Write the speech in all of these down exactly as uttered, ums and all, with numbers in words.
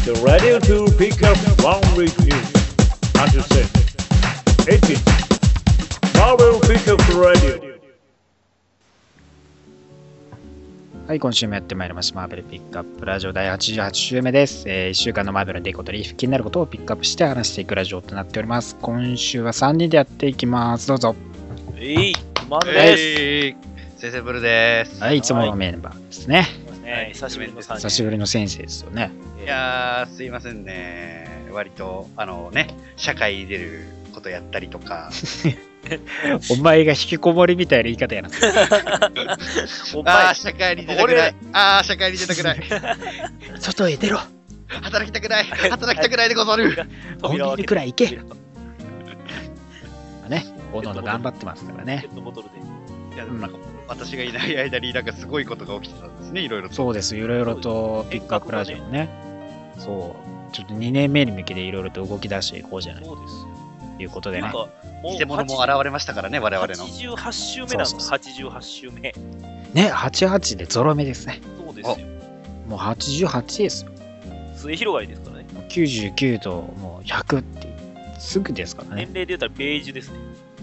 You're ready to pick up one week news. Understand? eighteen. Marvel Pickup Radio. はい、今週もやってまいりました。マーベルピックアップラジオだいはちじゅうはち週目です。えー、いっしゅうかんのマーベルの出来事で気になることをピックアップして話していくラジオとなっております。今週はさんにんでやっていきます。どうぞ。 えい、マーベルです。 先生ブルです。 はい、いつものメンバーですね。 はい、久しぶりのさんにん。 久しぶりの先生ですよね。 いやー、すいませんね。割と、あのね、社会に出ることやったりとか。 お前が引きこもりみたいな言い方やな。 ああ、社会に出たくない。ああ、社会に出たくない。 外へ出ろ。 働きたくない。働きたくないでござる。 コンビニくらい行け。ね、おのおの頑張ってますからね。 いや、でもなんか、私がいない間になんかすごいことが起きてたんですね、いろいろと。 そうです、いろいろとピックアップラジオね。そう、ちょっとにねんめに向けていろいろと動き出していこうじゃないそうです。 ということでね。 偽物も現れましたからね、我々の。 はちじゅうはち週目なんです。はちじゅうはち週目。 ね、はちじゅうはちでゾロ目ですね。 そうですよ。 もうはちじゅうはちですよ。 末広がりですからね。 きゅうじゅうきゅうともうひゃくってすぐですからね。 年齢で言ったらベージュですね。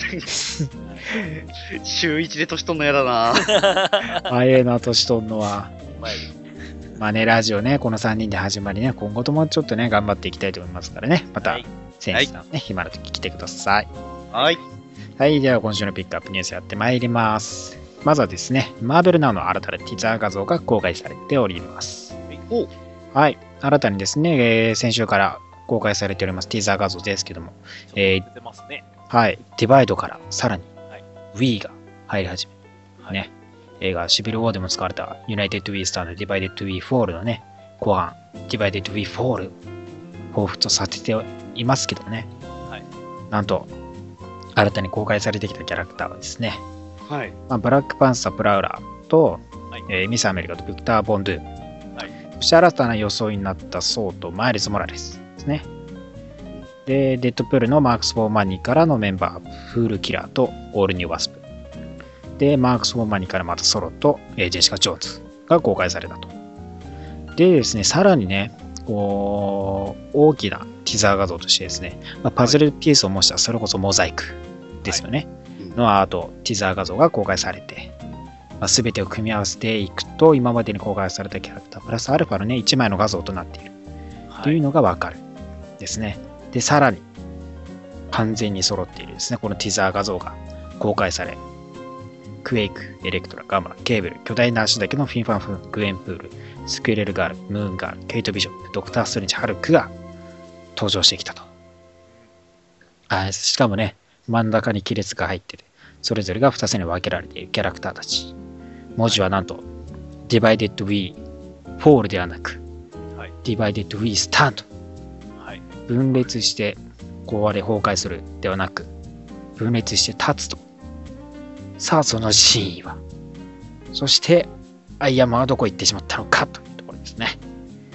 週いちで年取んのやだな。 あえな年取んのは。まあね、ラジオね、このさんにんで始まりね、今後ともちょっとね、頑張っていきたいと思いますからね。また、先生さんね、暇な時来てください。 はい。 はい、では今週のピックアップニュースやってまいります。まずはですね、マーベルナウの新たなティザー画像が公開されております。 おはい、新たにですね、えー、先週から公開されておりますティザー画像ですけども、えーね、 はい、ディバイドからさらに、 はい、 Wii が入り始め、はい、ね、映画シビルウォーでも使われた United We Stand の Divided We Fall のね、後半、Divided We Fall 彷彿とさせていますけどね、はい、なんと、新たに公開されてきたキャラクターはですね、 はい、 まあ、ブラックパンサー・プラウラーと、はいえー、ミス・アメリカとビクター・ボンドゥーム、はい、そして新たな装いになったソーとマイルズ・モラレスですね。で、デッドプールのマークス・フォーマニーからのメンバー、フール・キラーとオール・ニュー・ワスプ。で、マークス・フォーマニーからまたソロと、えー、ジェシカ・ジョーンズが公開されたと。でですね、さらにね、こう大きなティザー画像としてですね、まあ、パズルピースを模したそれこそモザイクですよね、はい、のアートティザー画像が公開されて、まあ、全てを組み合わせていくと今までに公開されたキャラクタープラスアルファのねいちまいの画像となっているというのがわかるですね。でさらに完全に揃っているですねこのティザー画像が公開され、クエイク、エレクトラ、ガンマ、ケーブル、巨大な足だけのフィンファンフン、グエンプール、スクエレルガール、ムーンガール、ケイト・ビショップ、ドクター・ストレンジ、ハルクが登場してきたと。あしかもね、真ん中に亀裂が入ってて、それぞれがふたつに分けられているキャラクターたち。文字はなんと、Divided We Fall ではなく、はい、Divided We Stand、はい。分裂して壊れ崩壊するではなく、分裂して立つと。さあ、その真意は。そして、アイアンマンはどこ行ってしまったのかというところですね。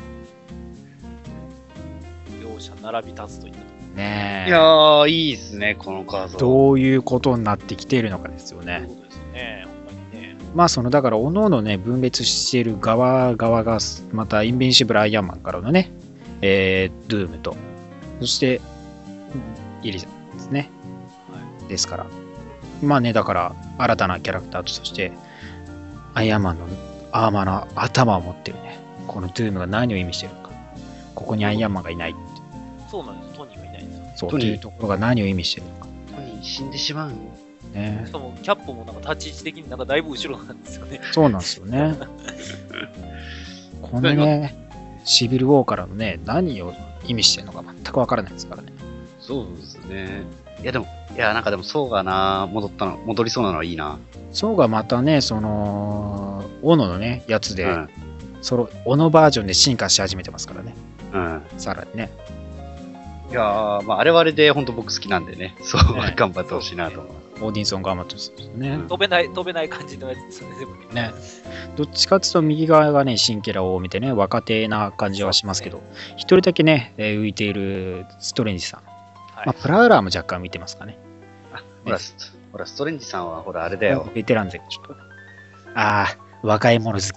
両者並び立つといったねえ。 いやー、いいですね、この画像。 どういうことになってきているのかですよね。 そうですね、ほんまにね。 まあ、その、だから、おのおのね、分裂している側側が、また、インビンシブル・アイアンマンからのね、えー、ドゥームと、そして、イリザですね。はい、ですから、まあね、だから、新たなキャラクターとして、アイアンマンのアーマーの頭を持ってるね。このドゥームが何を意味しているのか。ここにアイアンマンがいないって。 そうなんです。トニーがいないんですよ。 そう、というところが何を意味しているのか。 トニー死んでしまうのね。 しかも、キャップもなんか立ち位置的になんかだいぶ後ろなんですよね。 そうなんですよね。このね、シビルウォーからのね、何を意味しているのか全くわからないですからね。 そうですね。いやでも、いやなんかでもソーがな、戻ったの、戻りそうなのはいいな。 ソーがまたね、その、斧のね、やつで、うん、その、斧バージョンで進化し始めてますからね。うん。さらにね。 いやー、まあ、あれはあれで本当僕好きなんでね、そう、ね、頑張ってほしいなと思う。 オーディンソン頑張ってほしいですね、うん。 飛べない、飛べない感じのやつですよね、でもね。どっちかっていうと右側がね、新キャラを見てね、若手な感じはしますけど、一、ね、人だけね、浮いているストレンジさん。はい、まあ、プラウラーも若干見てますかね。 あ、ほら、ほら、ストレンジさんはほら、あれだよ。 ベテラン勢、ちょっと。ああ、若い者好き。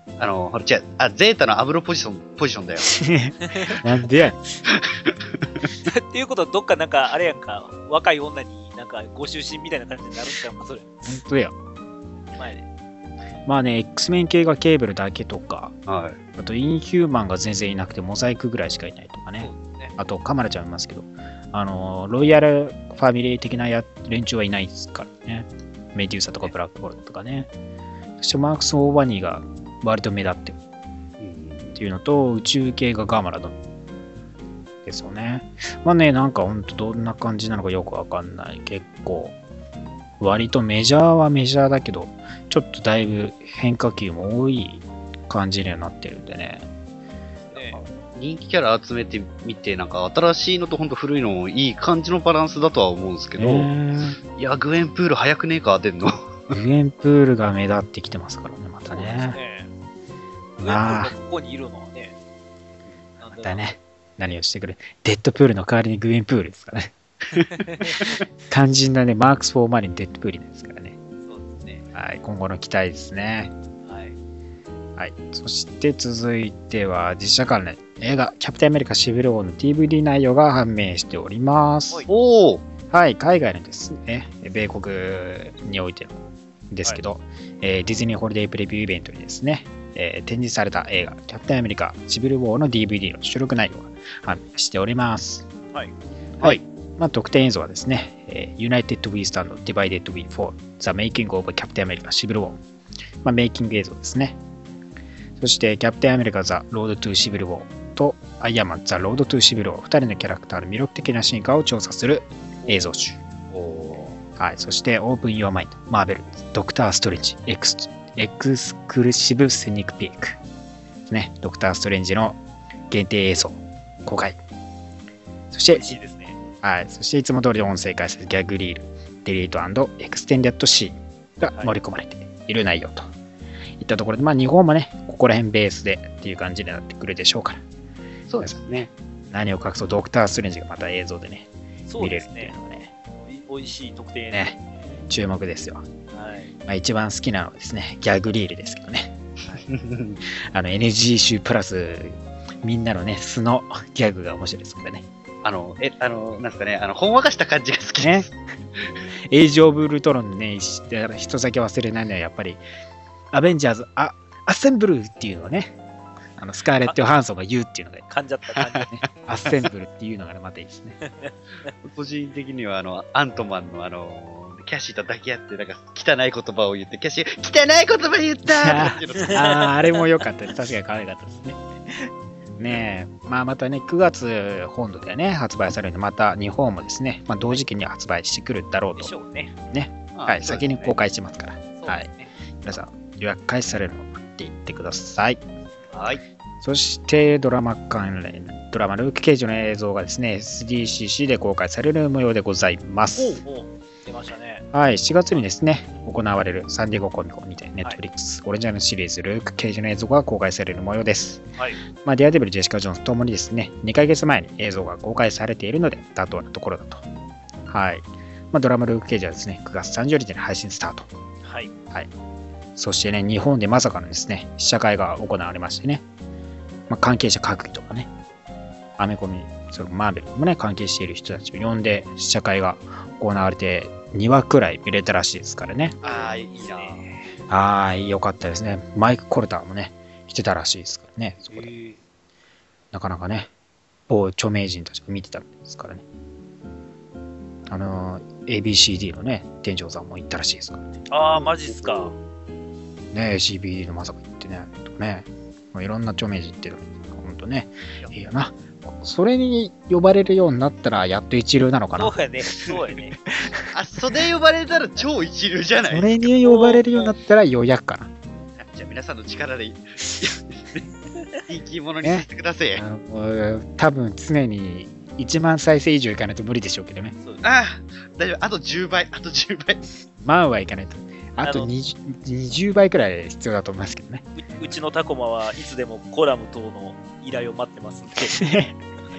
あの、ほら、違う、あ、ゼータのアブロポジション、ポジションだよ。 なんでやねん。 っていうことは、どっかなんか、あれやんか、若い女になんかご就寝みたいな感じになるんちゃうか、それ。 本当や。 前で。 まあね、X メン系がケーブルだけとか、 はい。 あとインヒューマンが全然いなくてモザイクぐらいしかいないとかね。 そうですね。 あとカマラちゃんいますけど、あの、ロイヤルファミリー的なや連中はいないですからね。メデューサとかブラックホールとかね。そしてマークス・オーバニーが割と目立ってるっていうのと、宇宙系がガマラだですよね。まあね、なんかほんとどんな感じなのかよくわかんない。結構、割とメジャーはメジャーだけど、ちょっとだいぶ変化球も多い感じにはなってるんでね。 ね人気キャラ集めてみて、なんか新しいのとほんと古いのいい感じのバランスだとは思うんですけど、 えーいや、グエンプール早くねえか、出んの。 グエンプールが目立ってきてますからね、またそうですね。 ね。 まあ上の子がここにいるのはね。なんだろうまたね、何をしてくれ。デッドプールの代わりにグエンプールですからね。肝心なね、マークス・フォー・マリン、デッドプールですからね。 そうですね。 はい、今後の期待ですね。 はい。 はい。そして続いては、実写関連。映画、キャプテンアメリカシビルウォーの ディーブイディー 内容が判明しております。 はいおおはい、海外のですね、米国においてのですけど、えーディズニーホリデープレビューイベントにですね、えー展示された映画、キャプテンアメリカシビルウォーの ディーブイディー の収録内容が判明しております。 はい。 はい。まあ、特典映像はですね、えー United We Stand, Divided We Fall, The Making of Captain America Civil War、まあ、メイキング映像ですね。そして、キャプテンアメリカ The Road to Civil War とアイアンマン The Road to Civil War、ふたりのキャラクターの魅力的な進化を調査する映像集。はい。そして、Open Your Mind、Marvel、ドクター・ストレンジ、エクスエクスクルーシブ・セニック・ピーク。ですね。ドクター・ストレンジの限定映像、公開。そして美、味しいですね。 はい。そしていつも通り音声解説、ギャグリール、デリート&エクステンデッドシーンが盛り込まれている内容といったところで、まあ日本もね、ここら辺ベースでっていう感じになってくるでしょうから、 そうですね。 何を隠そうドクター・ストレンジがまた映像でね、 そうですね見れるっていう。のがね、 おい美味しい特典。 ね、注目ですよ。 はい。 まあ一番好きなのはですね、ギャグリールですけどね。あの エヌジー 集プラス、みんなのね、素のギャグが面白いですからね。 あの、え、あの、なんですかね、あの、ほんわかした感じが好きでねす。。 エイジ・オブ・ウルトロンね、し人先忘れないのはやっぱり、アベンジャーズ、あ、アッセンブルっていうのをね、あのスカーレット・ヨハンソンが言うっていうのが、 噛んじゃった、噛んじゃった。 アッセンブルっていうのがまたいいですね。 個人的には、あの、アントマンのあの、キャシーと抱き合って、なんか、汚い言葉を言って、キャシー、汚い言葉言ったーっていうのああ、あれも良かったです。確かに可愛かったですね。ねえ、まあまたね、くがつ本土でね、発売されるので、また日本もですね、まあ、同時期に発売してくるだろうでしと。 ょうね。 はい、先に公開してますから。 そうはいですね。 皆さん、予約開始されるのを待っていってください。 はい。 そしてドラマ関連、ドラマルーク・ケイジの映像がですね、エスディーシーシー で公開される模様でございます。 おうおう出ましたね。 はい、しがつにですね、行われるサンディエゴコミコンにて、ネットフリックスオリジナルシリーズルーク・ケイジの映像が公開される模様です。 はい。 まあ、デアデビル、ジェシカ・ジョーンズともにですね、にかげつまえに映像が公開されているので、妥当なところだと。はい。まあ、ドラマルーク・ケイジはですね、くがつさんじゅうにちに配信スタート。 はい。 はい。そしてね、日本でまさかのですね、試写会が行われましてね、まあ、関係者各位とかね、アメコミ、そのマーベルもね、関係している人たちを呼んで試写会が行われて、にわくらい見れたらしいですからね。 ああ、いいな。 ああ、よかったですね。マイク・コルターもね、来てたらしいですからね、そこで。 えーなかなかね、某著名人たちが見てたんですからね。あのー、エービーシーディー のね、店長さんも行ったらしいですからね。 ああ、マジっすか。 ね シービーディー のまさか行ってね、とかね、もういろんな著名人ってるの、ほんとね、いいよな。それに呼ばれるようになったら、やっと一流なのかな。 そうやね。そうやね。 あ、袖呼ばれたら超一流じゃないそれに呼ばれるようになったら、ようやくかな。 じゃあ皆さんの力で、人気者にさせてください。 あのもう多分常にいちまん再生以上いかないと無理でしょうけどね。 そうああ、大丈夫。あとじゅうばい、あとじゅうばい。 万はいかないと。あとあの 20, にじゅうばいくらい必要だと思いますけどね。 ううちのタコマはいつでもコラム等の依頼を待ってますんで。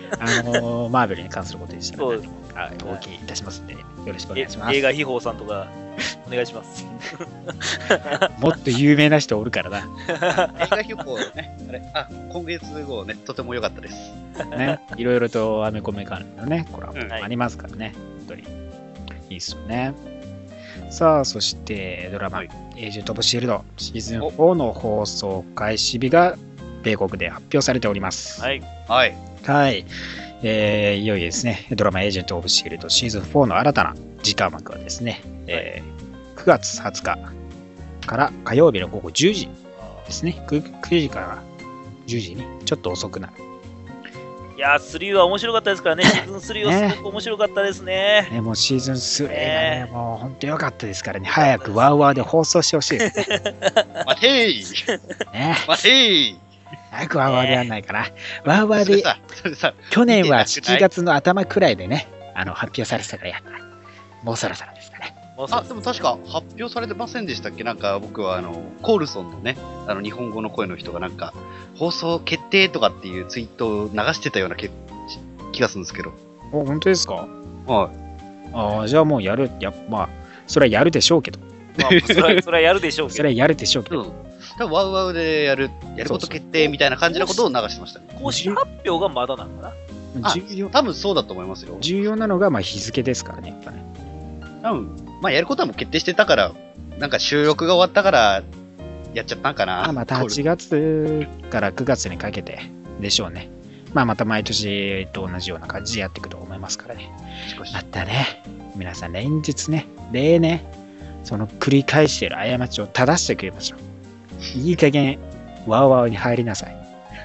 あのー、マーベルに関することでしたら、 そうです。 はい、お聞きいたしますんで、よろしくお願いします。 映画秘宝さんとか、お願いします。 もっと有名な人おるからな。 映画標高ね、あれ、あ、今月号ね、とても良かったです。 ね、いろいろとアメコミ関連のね、コラボうんありますからね、本当に。いいっすよね。さあ、そしてドラマ、 はいエージェント・オブ・シールドシーズンフォーの放送開始日が米国で発表されております。 はい。 はい。 はい。えーいよいよですね、ドラマエージェント・オブ・シールドシーズンフォーの新たな時間枠はですね、えーくがつはつかから火曜日の午後じゅうじですね。く, くじからじゅうじにちょっと遅くなる。 いやー、スリーは面白かったですからね。シーズンスリーはすごく面白かったですね。 ね、もうシーズンスリーがね、 ねもう本当良かったですからね、早くワウワウで放送してほしいですね。 待ていね待てい早くワウワウでやんないかな。ワウワウで、 それさ、それさ、 去年は見てなくないしちがつの頭くらいでね、あの発表されてたからやった。もうそろそろですかね。 あ、でも確か発表されてませんでしたっけ？なんか僕はあの、コールソンのね、あの日本語の声の人がなんか、放送決定とかっていうツイートを流してたようなけ気がするんですけど。 お、本当ですか？ はああ、じゃあもうやる、やまあ、それはやるでしょうけど。 まあ、それはそれはやるでしょうけどそれは。やるでしょうけい。 ど。 うん。多分ワウワウでやる、やること決定みたいな感じのことを流してましたね。 公式発表がまだなのかな。 あ重要多分そうだと思いますよ。 重要なのがまあ日付ですからね、やっぱね。 多分、まあやることはもう決定してたから、なんか収録が終わったから、やっちゃったんかな。 まあ、またはちがつからくがつにかけてでしょうね。まあまた毎年と同じような感じでやっていくと思いますからね。 少しまたね、皆さん連日ね、例年、その繰り返している過ちを正してくれましょう。いい加減、ワウワウに入りなさい。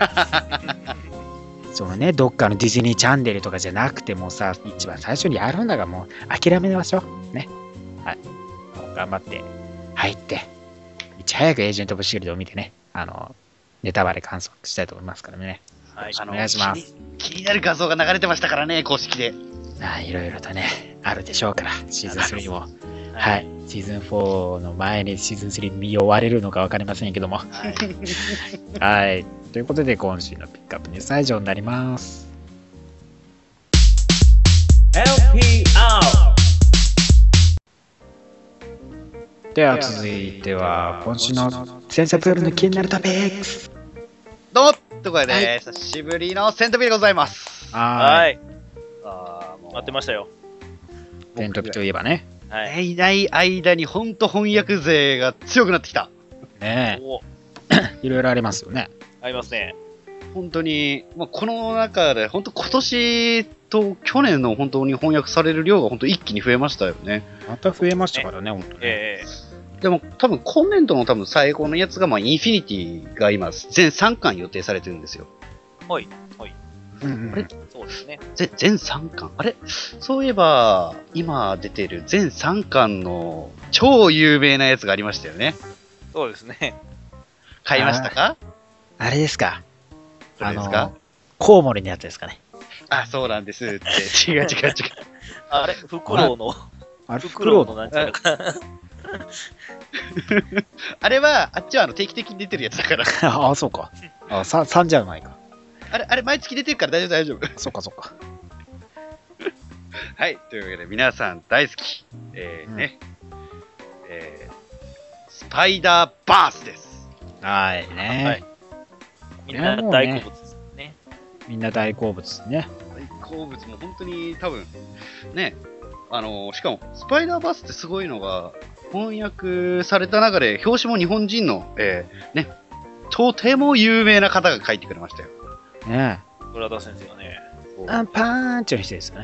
そのね、どっかのディズニーチャンネルとかじゃなくてもさ、一番最初にやるんだがもう諦めましょう。ね。はい。もう頑張って入って、いち早くエージェント・オブ・シールドを見てね、あの、ネタバレ観測したいと思いますからね。 はい。 お願いします気に。気になる画像が流れてましたからね、公式で。 ああいろいろとね、あるでしょうから、シーズンスリーも。 ははい。シーズンフォーの前にシーズンスリー見終われるのか分かりませんけども。 はい。 はい。ということで、今週のピックアップニュースは以上になります。 エルピーアールでは続いては、今週のセンサプールの気になるトピックス。 どうもところで、 はい久しぶりのセントビでございます。 は。 はいい。 あーもう待ってましたよ。 テントピといえばね。 はい。 いない間にほんと翻訳勢が強くなってきた。 ねおえ、いろいろありますよね。 ありますね。 本当に、まあ、この中で本当今年と去年の本当に翻訳される量が本当一気に増えましたよね。 また増えましたからね、本当ね。 えでも多分今年度の多分最後のやつが、まあ、インフィニティが今全さんかん予定されてるんですよ。 ー、はい。 うんうんあれそうですね。 ぜ全さんかんあれそういえば、今出てる全さんかんの超有名なやつがありましたよね。 そうですね。 買いましたか？ あれですか。 どれですか？ コウモリのやつですかね。 あ、そうなんですって。違う違う違う。 あれ、フクロウの、 あれ、 フクロウののなんちゃらか。 あれは、あっちはあの定期的に出てるやつだから。 ああ、そうか。あ、ささんじゃないか。 あれ、あれ毎月出てるから大丈夫大丈夫。 そっかそっか。 はい。というわけで、皆さん大好き。えー、ね。えー、スパイダーバースです。 はいね、 はいみんな大好物ですね。 みんな大好物ですね。 大好物も本当に多分、ね。あの、しかも、スパイダーバースってすごいのが、翻訳された中で、表紙も日本人の、えー、ね、とても有名な方が書いてくれましたよ。 ね村田先生がね、 え。アンパンチの人ですよね。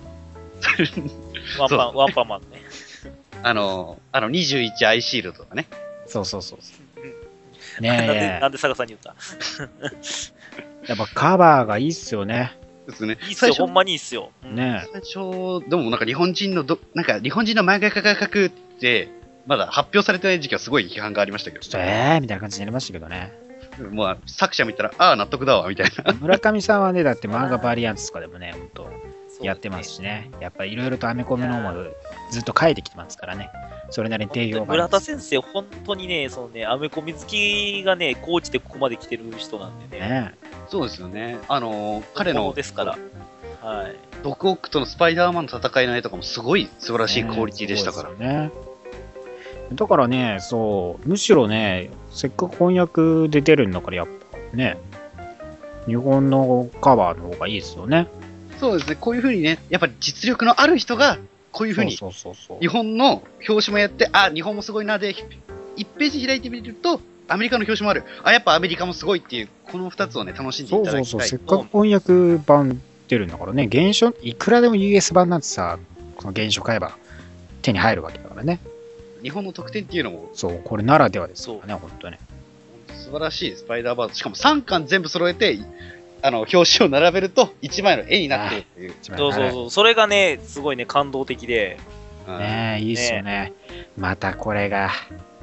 ワンパン、ワンパンマンね。 あの、あの、にじゅういちアイシールドとかね。 そうそうそうそう。 なんで、 ねなんで坂さんに言ったえ。やっぱカバーがいいっすよね。 ですね。 いいっすよ、 最初ほんまにいいっすよ。うんね最初、でもなんか日本人のど、なんか日本人の漫画家が書くって、まだ発表されてない時期はすごい批判がありましたけえ。ちょっとえーみたいな感じになりましたけどね。 ど、もう作者見たら、ああ、納得だわ、みたいな。 村上さんはね、だって漫画バリアンツとかでもね、ほんとそうやってますしね。やっぱいろいろとアメコミの方もずっと書いてきてますからね。それなりに定評があり村田ます。 先生、本当にね、そのね、アメコミ好きがね、コーチでここまで来てる人なんでね。 ねそうですよね。あのー、彼のですから。はい。 ドクオックとのスパイダーマンの戦いの絵とかもすごい素晴らしいクオリティでしたから。 ね、だからね、そう、むしろね、せっかく翻訳で出るんだから、やっぱね、日本のカバーの方がいいですよね。 そうですね、こういう風にね、やっぱり実力のある人が、こういう風に、日本の表紙もやって、あ、日本もすごいなで、いちページ開いてみると、アメリカの表紙もある。あ、やっぱアメリカもすごいっていう、このふたつをね、楽しんでいただきたい。 そうそうそう、せっかく翻訳版出るんだからね、原書、いくらでも ユーエス 版なんてさ、この原書買えば手に入るわけだからね。 日本の特典っていうのも、 そう、これならではですよね、本当ね。 素晴らしいスパイダーバーズ。しかもさんかん全部揃えて、あの、表紙を並べるといちまいの絵になってるっていう。 そうそうそう。それがね、すごいね、感動的で。 ねえ、いいっすよね。またこれが、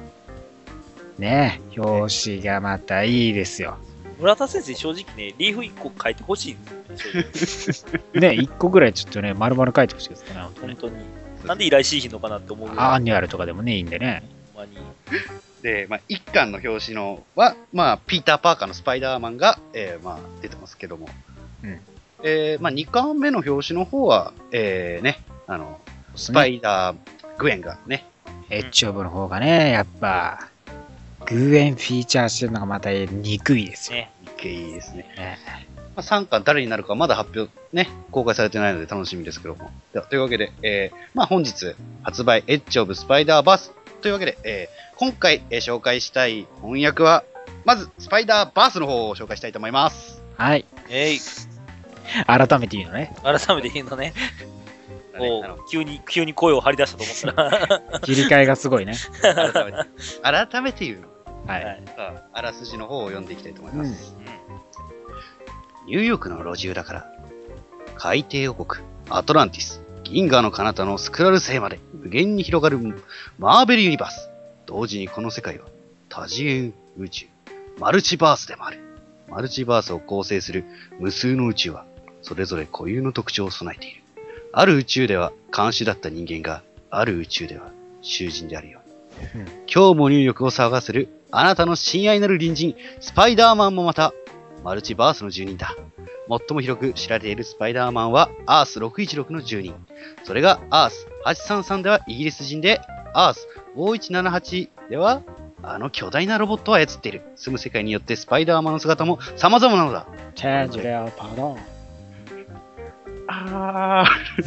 ねえ、表紙がまたいいですよ。 村田先生、正直ね、リーフいっこ書いてほしいんですよ。 ね、いっこぐらいちょっとね、丸々書いてほしいですね、本当に。 本当に。なんで依頼しいひんのかなって思う。 アニュアルとかでもね、いいんでね。 ほんまに。 で、まあ、いっかんの表紙のは、まあ、ピーター・パーカーのスパイダーマンが、えー、まあ、出てますけども。うん。えー、まあ、にかんめの表紙の方は、えー、ね、あの、スパイダー、グエンがね。 エッジオブの方がね、やっぱ、グエンフィーチャーしてるのがまた憎いですよ。 ね、憎いですね。ね、まあ、さんかん誰になるかまだ発表、ね、公開されてないので楽しみですけども。ではというわけで、えー、まあ、本日発売、エッジオブスパイダーバースというわけで、えー、今回、えー、紹介したい翻訳は、まず、スパイダーバースの方を紹介したいと思います。 はい。 えい。 改めて言うのね。 改めて言うのね。お急に、急に声を張り出したと思ったら。 切り替えがすごいね。 改めて、改めて言うの。 はい。 さあ、あらすじの方を読んでいきたいと思います。うん、ニューヨークの路地裏から、海底王国、アトランティス、銀河の彼方のスクラル星まで無限に広がるマーベルユニバース。同時にこの世界は多次元宇宙、マルチバースでもある。マルチバースを構成する無数の宇宙はそれぞれ固有の特徴を備えている。ある宇宙では監視だった人間がある宇宙では囚人であるように。今日も入力を騒がせるあなたの親愛なる隣人、スパイダーマンもまたマルチバースの住人だ。最も広く知られているスパイダーマンはアースろくいちろくの住人。それがアースはちさんさんではイギリス人で、アースごいちななはちではあの巨大なロボットを操っている。住む世界によってスパイダーマンの姿も様々なのだ。 チェンジレオパドン。 あ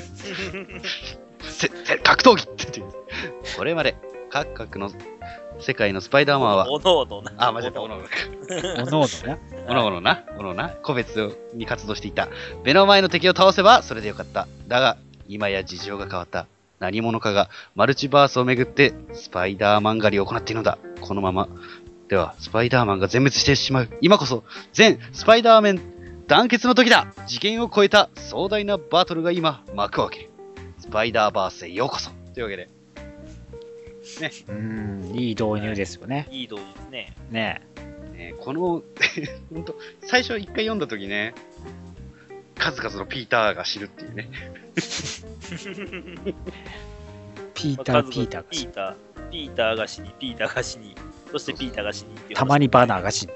ー格闘技って言う。これまで各国の世界のスパイダーマンは、 おのおのな。 あ、間違えた、おのおの。 おのおのな。 おのおのな、おのおのな。個別に活動していた。目の前の敵を倒せばそれでよかった。だが、今や事情が変わった。何者かがマルチバースをめぐってスパイダーマン狩りを行っているのだ。このままではスパイダーマンが全滅してしまう。今こそ全スパイダーマン団結の時だ。次元を超えた壮大なバトルが今幕を開ける。スパイダーバースへようこそ。というわけでね、うん、いい導入ですよね。 いい導入ですね。 ねえ。ねこの本当最初一回読んだ時ね、数々のピーターが知るっていうね。 ピーター、ピーターが死に。ピーター、ピーターが死に、ピーターが死に、そしてピーターが死にっていう。 たまにバナーが死に。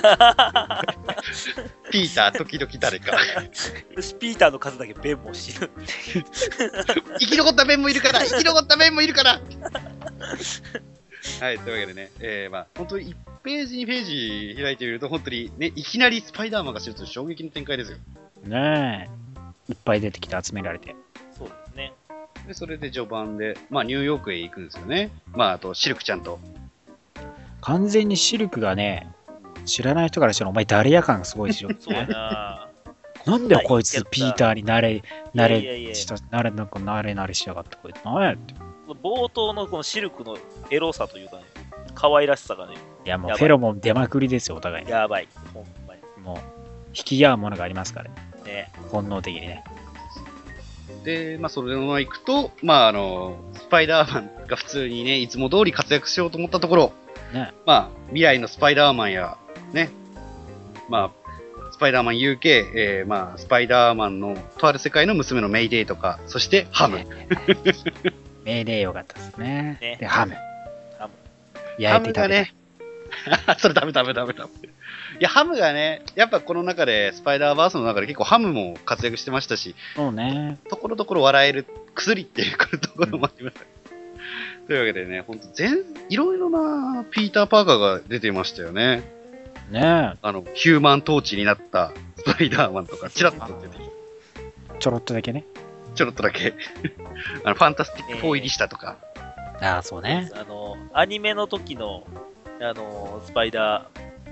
ピーター、時々誰か。 ピーターの数だけベンも死ぬ。 生き残ったベンもいるから生き残ったベンもいるからはい、というわけでね、えー、まあ、本当にいちページ、にページ開いてみると、本当にね、いきなりスパイダーマンが知るという衝撃の展開ですよ。 ねえ。いっぱい出てきて集められて。 そうですね。 で、それで序盤で、まあ、ニューヨークへ行くんですよね。まあ、あと、シルクちゃんと。 完全にシルクがね、知らない人からしたらお前誰や感がすごいですよ。 そうやな。 なんでこいつピーターになれ、なれ、なれ、なんかなれなれしやがったこいつ。なんやって。 冒頭のこのシルクのエロさというかね、可愛らしさがね。 いやもうフェロモン出まくりですよ、お互いに。 やばい。ほんまに。 もう、引き合うものがありますからね。 本能的にね。 で、まあ、それのまま行くと、まあ、あの、スパイダーマンが普通にね、いつも通り活躍しようと思ったところ、 ね、 まあ、未来のスパイダーマンや、ね、まあ、スパイダーマン ユーケー、えー、まあ、スパイダーマンのとある世界の娘のメイデイとか、そしてハム。 メイデイよかったですね。 ねで、ハム。 ハム。 焼いて食べた。 ね。それダメダメダメダメ。 や、ハムがね、やっぱこの中で、スパイダーバースの中で結構ハムも活躍してましたし、 そうね。 ところどころ笑える薬っていうところもあります。うん、というわけでね、本当全、いろいろなピーター・パーカーが出てましたよね。 ねえ。 あの、ヒューマントーチになったスパイダーマンとか、チラッと出てきて、 ちょろっとだけね。 ちょろっとだけ、あの、ファンタスティックフォー入りしたとか。 えー、ああ、そうね。 あの、アニメの時の、あの、スパイダー、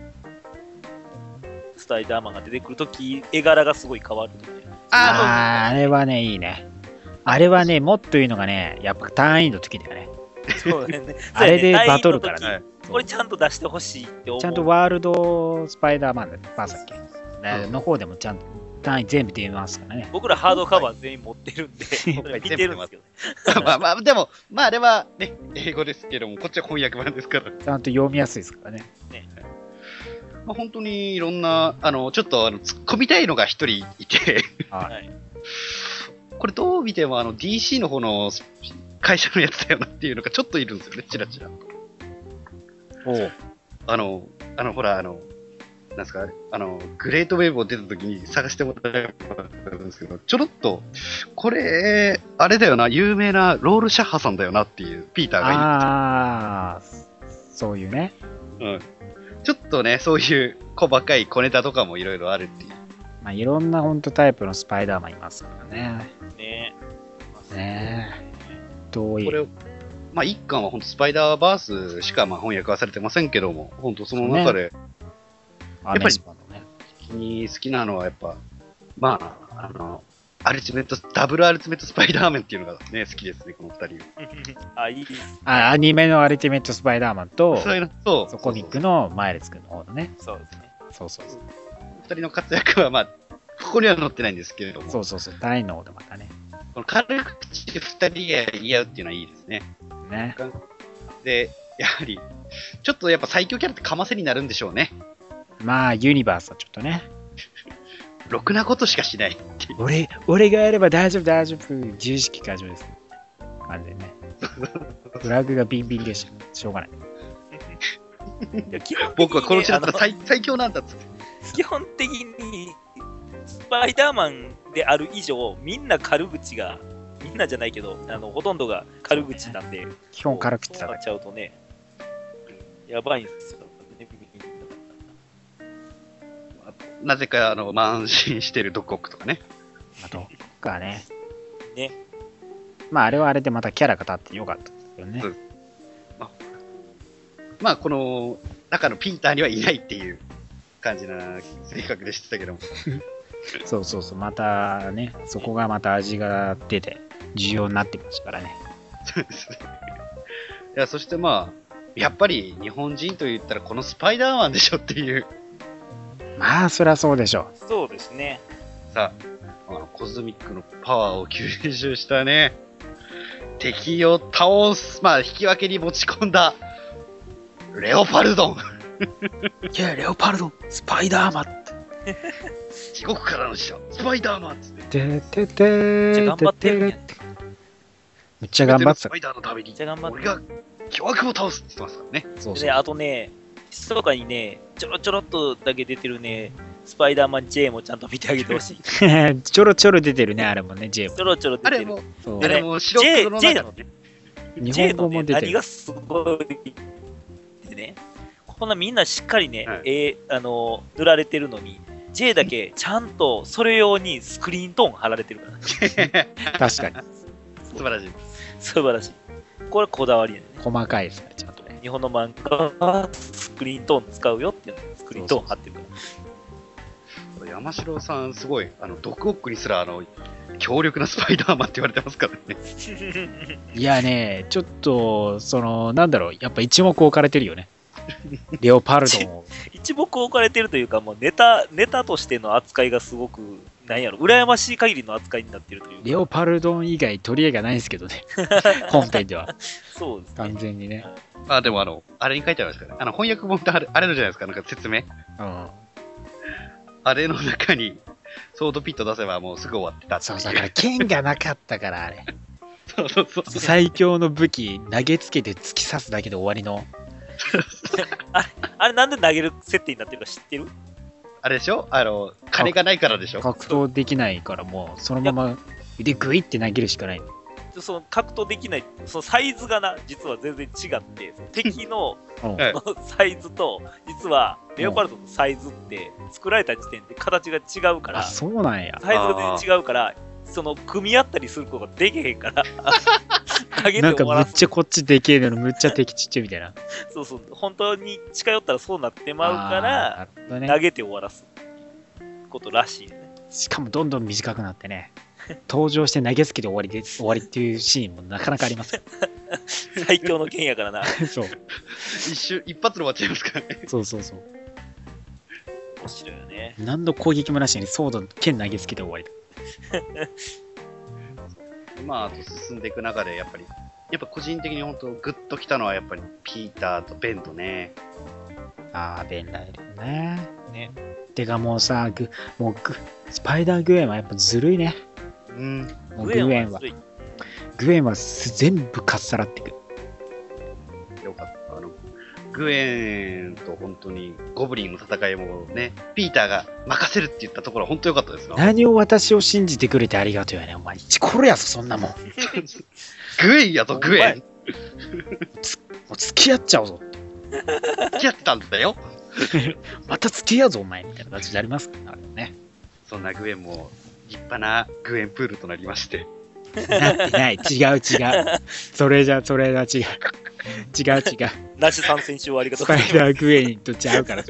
スパイダーマンが出てくる時、絵柄がすごい変わるので。 ああ、あれはね、いいね。あれはね、もっといいのがね、やっぱ単位の時だよね。 そうね。 あれでバトルからね。 これちゃんと出してほしいって思う。 ちゃんとワールドスパイダーマンバーサっけ、うん、の方でもちゃんと単位全部出ますからね。 僕らハードカバー全員持ってるんで、僕ら見てるんですけど。 まあまあ、でも、まああれはね、英語ですけども、こっちは翻訳版ですから。 ちゃんと読みやすいですからね。ね、 まあ、本当にいろんな、あの、ちょっとあの突っ込みたいのが一人いて、はい、これどう見てもあの ディーシー の方の会社のやつだよなっていうのがちょっといるんですよね、チラチラ。 おう。 あの、あの、ほら、あの、なんですか、あの、グレートウェーブを出た時に探してもらえば分かるんですけど、ちょろっと、これ、あれだよな、有名なロールシャッハさんだよなっていうピーターがいる。 ああ、そういうね。 うん。ちょっとね、そういう細かい小ネタとかもいろいろあるっていう。 まあ、いろんな本当タイプのスパイダーマンいますからね。 ねえ。ねえ。どういう。 これまあ、一巻は本当スパイダーバースしかまあ翻訳はされてませんけども、本当その中で、やっぱり好きなのはやっぱ、まあ、あの、アルティメット、ダブルアルティメットスパイダーマンっていうのがね、好きですね、この二人。 あ、いいです、ね。 あ、アニメのアルティメットスパイダーマンと、 そういうのと、 そうコミックのマイルズ君の方のね。 そうですね。 そうそうそう。 二人の活躍はまあ、ここには載ってないんですけれども。 そうそうそう、単位の方でまたね。 この軽口二人が言い合うっていうのはいいですね。 ね。 で、やはり、ちょっとやっぱ最強キャラってかませになるんでしょうね。 まあ、ユニバースはちょっとね。 ろくなことしかしないっていう。 俺、俺がやれば大丈夫、大丈夫。自意識過剰です。感じでね。フラグがビンビンでした。しょうがない。 いやね、 僕はこの人だったら 最, 最強なんだっつって。 基本的に、スパイダーマンである以上、みんな軽口が、みんなじゃないけど、あのほとんどが軽口なんで、 ね、基本軽口だなっちゃうとね、やばいんですよね。 なぜかあの慢心してるドコックとかね。 あとかね。 ね。 まああれはあれでまたキャラが立ってよかったですけどね。 うんまあ、まあこの中のピーターにはいないっていう感じな性格でしたけども。 そうそうそう、またね、そこがまた味が出て重要になってきましたからね。 そうですね。いや、そしてまあ、やっぱり日本人と言ったらこのスパイダーマンでしょっていう。 まあ、そりゃそうでしょう。そうですね。 さあ、あのコズミックのパワーを吸収したね、敵を倒す、まあ、引き分けに持ち込んだ、レオパルドン。 いや、レオパルドン、スパイダーマンって。 地獄からの使者、スパイダーマンっつって。 てててー。 めっちゃ頑張ってるね。 めっちゃ頑張ってた。 スパイダーのために、 めっちゃ頑張って俺が巨悪を倒すって言ってますからね。 そうそう。 で、あとね、密かにね、ちょろちょろっとだけ出てるね、スパイダーマン J もちゃんと見てあげてほしい。 ちょろちょろ出てるね、あれもね、J も。 ちょろちょろ出てる。 あれも、 そうあれも白黒の J なのね。 日本語も出てる。 何がすごいってね、こんなみんなしっかりね、 はい、 えー、あの塗られてるのに、J だけちゃんとそれ用にスクリーントーン貼られてるから。 確かに。 素晴らしい。 素晴らしい。これこだわりやね。 細かいですね、ちゃんとね。 日本の漫画はスクリーントーン使うよっていうのスクリーントーン貼ってるから。 山城さん、すごい、あの、ドクオックにすら、あの、強力なスパイダーマンって言われてますからね。 いやね、ちょっと、その、なんだろう、やっぱ一目置かれてるよね。レオパルドンを。 一目置かれてるというか、もうネタ、ネタとしての扱いがすごく、なんやろ、羨ましい限りの扱いになってるというか。 レオパルドン以外取り柄がないですけどね。本編では。 そうですね。 完全にね。 あ、でもあの、あれに書いてあるんですかね。あの、翻訳本ってあれあれのじゃないですか、なんか説明。 うん。 あれの中に、ソードピット出せばもうすぐ終わってたってそう、だから剣がなかったから、あれ。 そうそうそう。 最強の武器投げつけて突き刺すだけで終わりの。 あれ、 あれなんで投げる設定になってるか知ってる？ あれでしょあの、金がないからでしょ。 格闘できないからもうそのまま腕グイって投げるしかない。 その格闘できない、そのサイズがな、実は全然違って、敵のうんはいサイズと、実はレオパルトのサイズって作られた時点で形が違うから、 あ、 サそうなんや。 イズが全然違うから、その組み合ったりすることができへんから、投げてなんか終わらす。 むっちゃこっちでけえのにむっちゃ敵ちっちゃいみたいな。 そうそう、本当に近寄ったらそうなってまうかあーなら、 るほどね投げて終わらすことらしいよね。 しかもどんどん短くなってね、登場して投げつけて終わりで終わりっていうシーンもなかなかありますよ。 最強の剣やからな。 そう一瞬、一発で終わっちゃいますからね。 そうそうそう。 面白いよね。 何の攻撃もなしにソードの剣投げつけて終わりだ。 まあ、あと進んでいく中で、やっぱり、やっぱ個人的に本当、グッときたのは、やっぱり、ピーターとベンとね。 ああ、ベンライルね。 ね。 てかもうさ、グもうグスパイダーグエンはやっぱずるいね。 うん。 もうグエンはず。るいグエンはす全部かっさらっていく。 よかった。あの、グエンと本当に、ゴブリンの戦いもね、ピーターが任せるって言ったところは本当良かったですよ。 何を私を信じてくれてありがとうやね。お前、イチコロやぞ、そんなもん。もグエンやぞ、グエン。 う付き合っちゃうぞ。 付き合ってたんだよ。 また付き合うぞ、お前。みたいな感じになりますからね。 そんなグエンも、立派なグエンプールとなりまして。 なってない。違う違う。それじゃ、それは違う。違う違う。 ナッシュ参戦し終わりがとスパイダーグエンとちゃうから。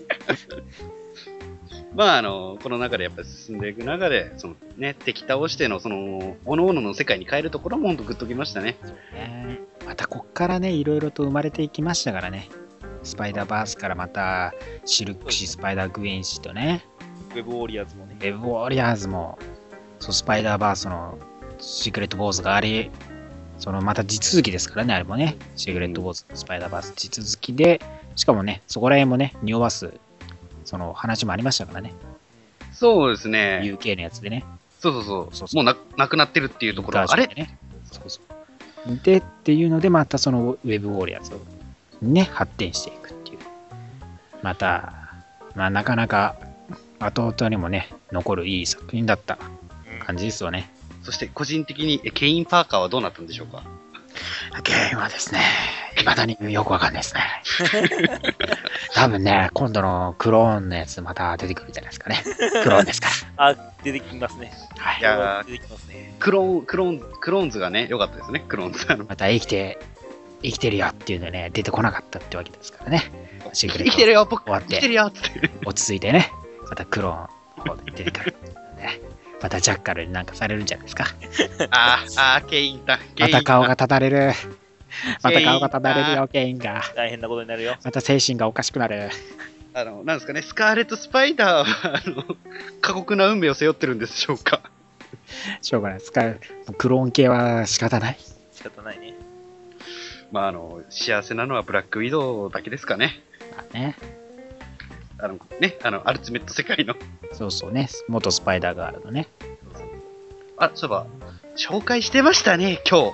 まあ、あの、この中でやっぱり進んでいく中で、そのね、敵倒しての、その、各々の世界に変えるところも本当グッときましたね。 ねまたこっからね、いろいろと生まれていきましたからね。スパイダーバースからまた、シルクシ、スパイダーグエンシとね、 ウェブウォリアーズもね。 ウェブウォリアーズも、そうスパイダーバースのシークレットウォーズがあり、そのまた地続きですからね、あれもね、シークレットウォーズ、スパイダーバース地続きで、しかもね、そこら辺もね、匂わす、その話もありましたからね、 そうですね。 ユーケー のやつでね。 そうそうそう。 そうそうもうななくなってるっていうところは、あれね、そうそうで、っていうので、またそのウェブウォリアーズにね、発展していくっていう。また、まあ、なかなか後々にもね、残るいい作品だった感じですよね。 そして個人的にえケイン・パーカーはどうなったんでしょうか。 原因はですね、未だによくわかんないですね。多分ね、今度のクローンのやつまた出てくるんじゃないですかね。クローンですかあ、出てきますね。 ら。はいい。や出てきますね。 クローン、クローン、クローンズがね、良かったですね、クローンズ。あのまた生きて、生きてるよっていうのね、出てこなかったってわけですからね。シークレット生きてるよ、僕、 終わって生きてるよって。 落ち着いてね、またクローンの方で出てくる。ね、またジャッカルになんかされるんじゃないですか。 あー、あー、ケインだ。ケインだまた顔が立たれる。また顔が立たれるよ、ケインが。 大変なことになるよ。 また精神がおかしくなる。 あの、なんですかね、スカーレット・スパイダーは、あの、過酷な運命を背負ってるんでしょうか。 しょうがないですか。クローン系は仕方ない。 仕方ないね。 まあ、あの、幸せなのはブラックウィドウだけですかね。 まあね。 あの、ね、あの、アルティメット世界の。 そうそうね。元スパイダーガールのね。 あ、そういえば、紹介してましたね、今日。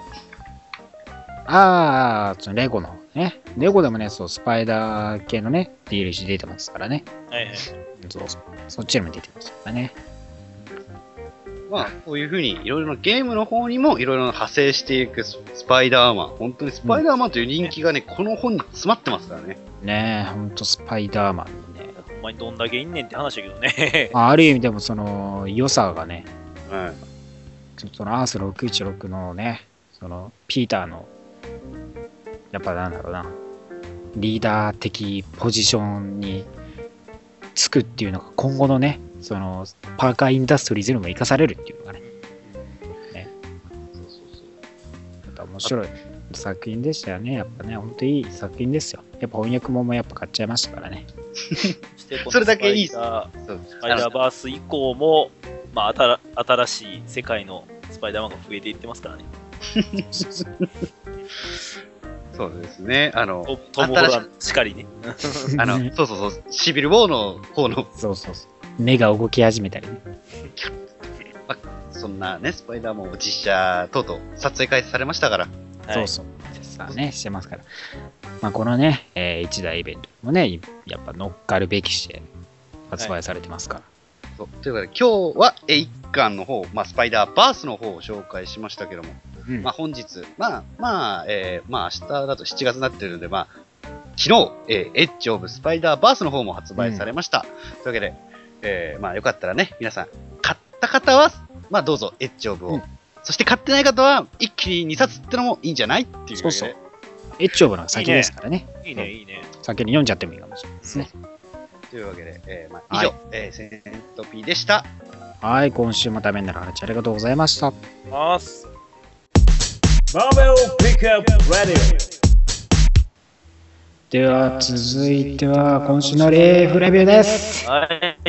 ああ、そのレゴのね。レゴでもね、そう、スパイダー系のね、ディーエルシー 出てますからね。 はいはい。 そうそう。そっちにも出てますからね。 まあ、こういうふうに、いろいろなゲームの方にも、いろいろな派生していくススパイダーマン。本当にスパイダーマンという人気がね、この本に詰まってますからね。 ねえ、ほんとスパイダーマンのね。 ほんまにどんだけいんねんって話だけどね。 あある意味でもその良さがね、 はい。 そのアースろくいちろくのね、そのピーターの、やっぱなんだろうな、リーダー的ポジションにつくっていうのが今後のね、そのパーカーインダストリーズにも生かされるっていうのがね、ねそうそうそう。 また面白い作品でしたよね。やっぱね、ほんといい作品ですよ。やっぱ翻訳本もやっぱ買っちゃいましたからね。 そしてこのそれだけいいっすスパイダーそうスパイダーバース以降も、まあ、あたら新しい世界のスパイダーマンが増えていってますからね。 そうですね。あの、 トトム・ホランしかりね。 あの、そうそうそう、シビル・ウォーの方の、 そうそうそう。目が動き始めたりね。 まそんなね、スパイダーマンを実写等々撮影開始されましたから、 はいそうそう。さあね、してますから。 まあ、このね、えー、一大イベントもね、やっぱ乗っかるべきして発売されてますから。 はい、そうということで、今日は一巻の方、まあ、スパイダーバースの方を紹介しましたけども、うん、まあ本日、まあ、まあ、えー、まあ明日だとしちがつになってるので、まあ、昨日、えー、エッジオブスパイダーバースの方も発売されました。うん、というわけで、えー、まあよかったらね、皆さん、買った方は、まあどうぞ、エッジオブを。うん、そして買ってない方は、一気ににさつってのもいいんじゃないっていう。 そうそう。エッジオブの先ですからね。 いいね、いいね。 先に読んじゃってもいいかもしれないですね。 というわけで、えーまあ、以上、はい、えー、セントピーでした。 はい、今週もためになる話ありがとうございました。 ます。 マーベルピックアップラディオ。では続いては今週のレーフレビューです。 はい、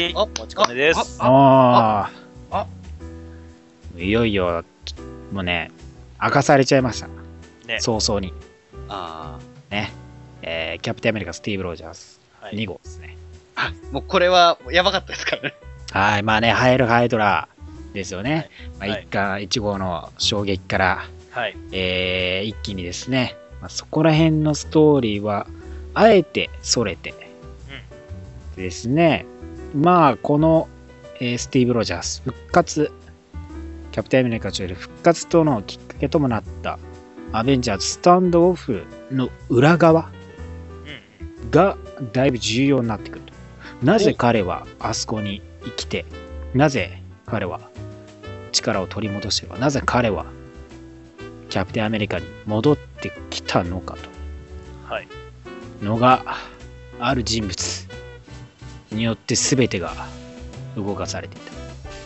お待ちかねです。 あああいよいよもうね明かされちゃいました。ね、早々に。ああね、えー、キャプテンアメリカスティーブ・ロジャース、はい、に号ですね。 あ、もうこれはやばかったですからね。 はい、まあね、ハエル・ハイドラーですよね。はい、まあ、いっかいち号の衝撃から、はい、えー、一気にですね、まあ、そこら辺のストーリーはあえてそれて、うん、ですね、まあこの、えー、スティーブ・ロジャース復活、キャプテンアメリカという復活とのきっかけともなったアベンジャーズスタンドオフの裏側がだいぶ重要になってくると。なぜ彼はあそこに生きて、なぜ彼は力を取り戻してるか、なぜ彼はキャプテンアメリカに戻ってきたのかと、はい、のがある人物によって全てが動かされていた。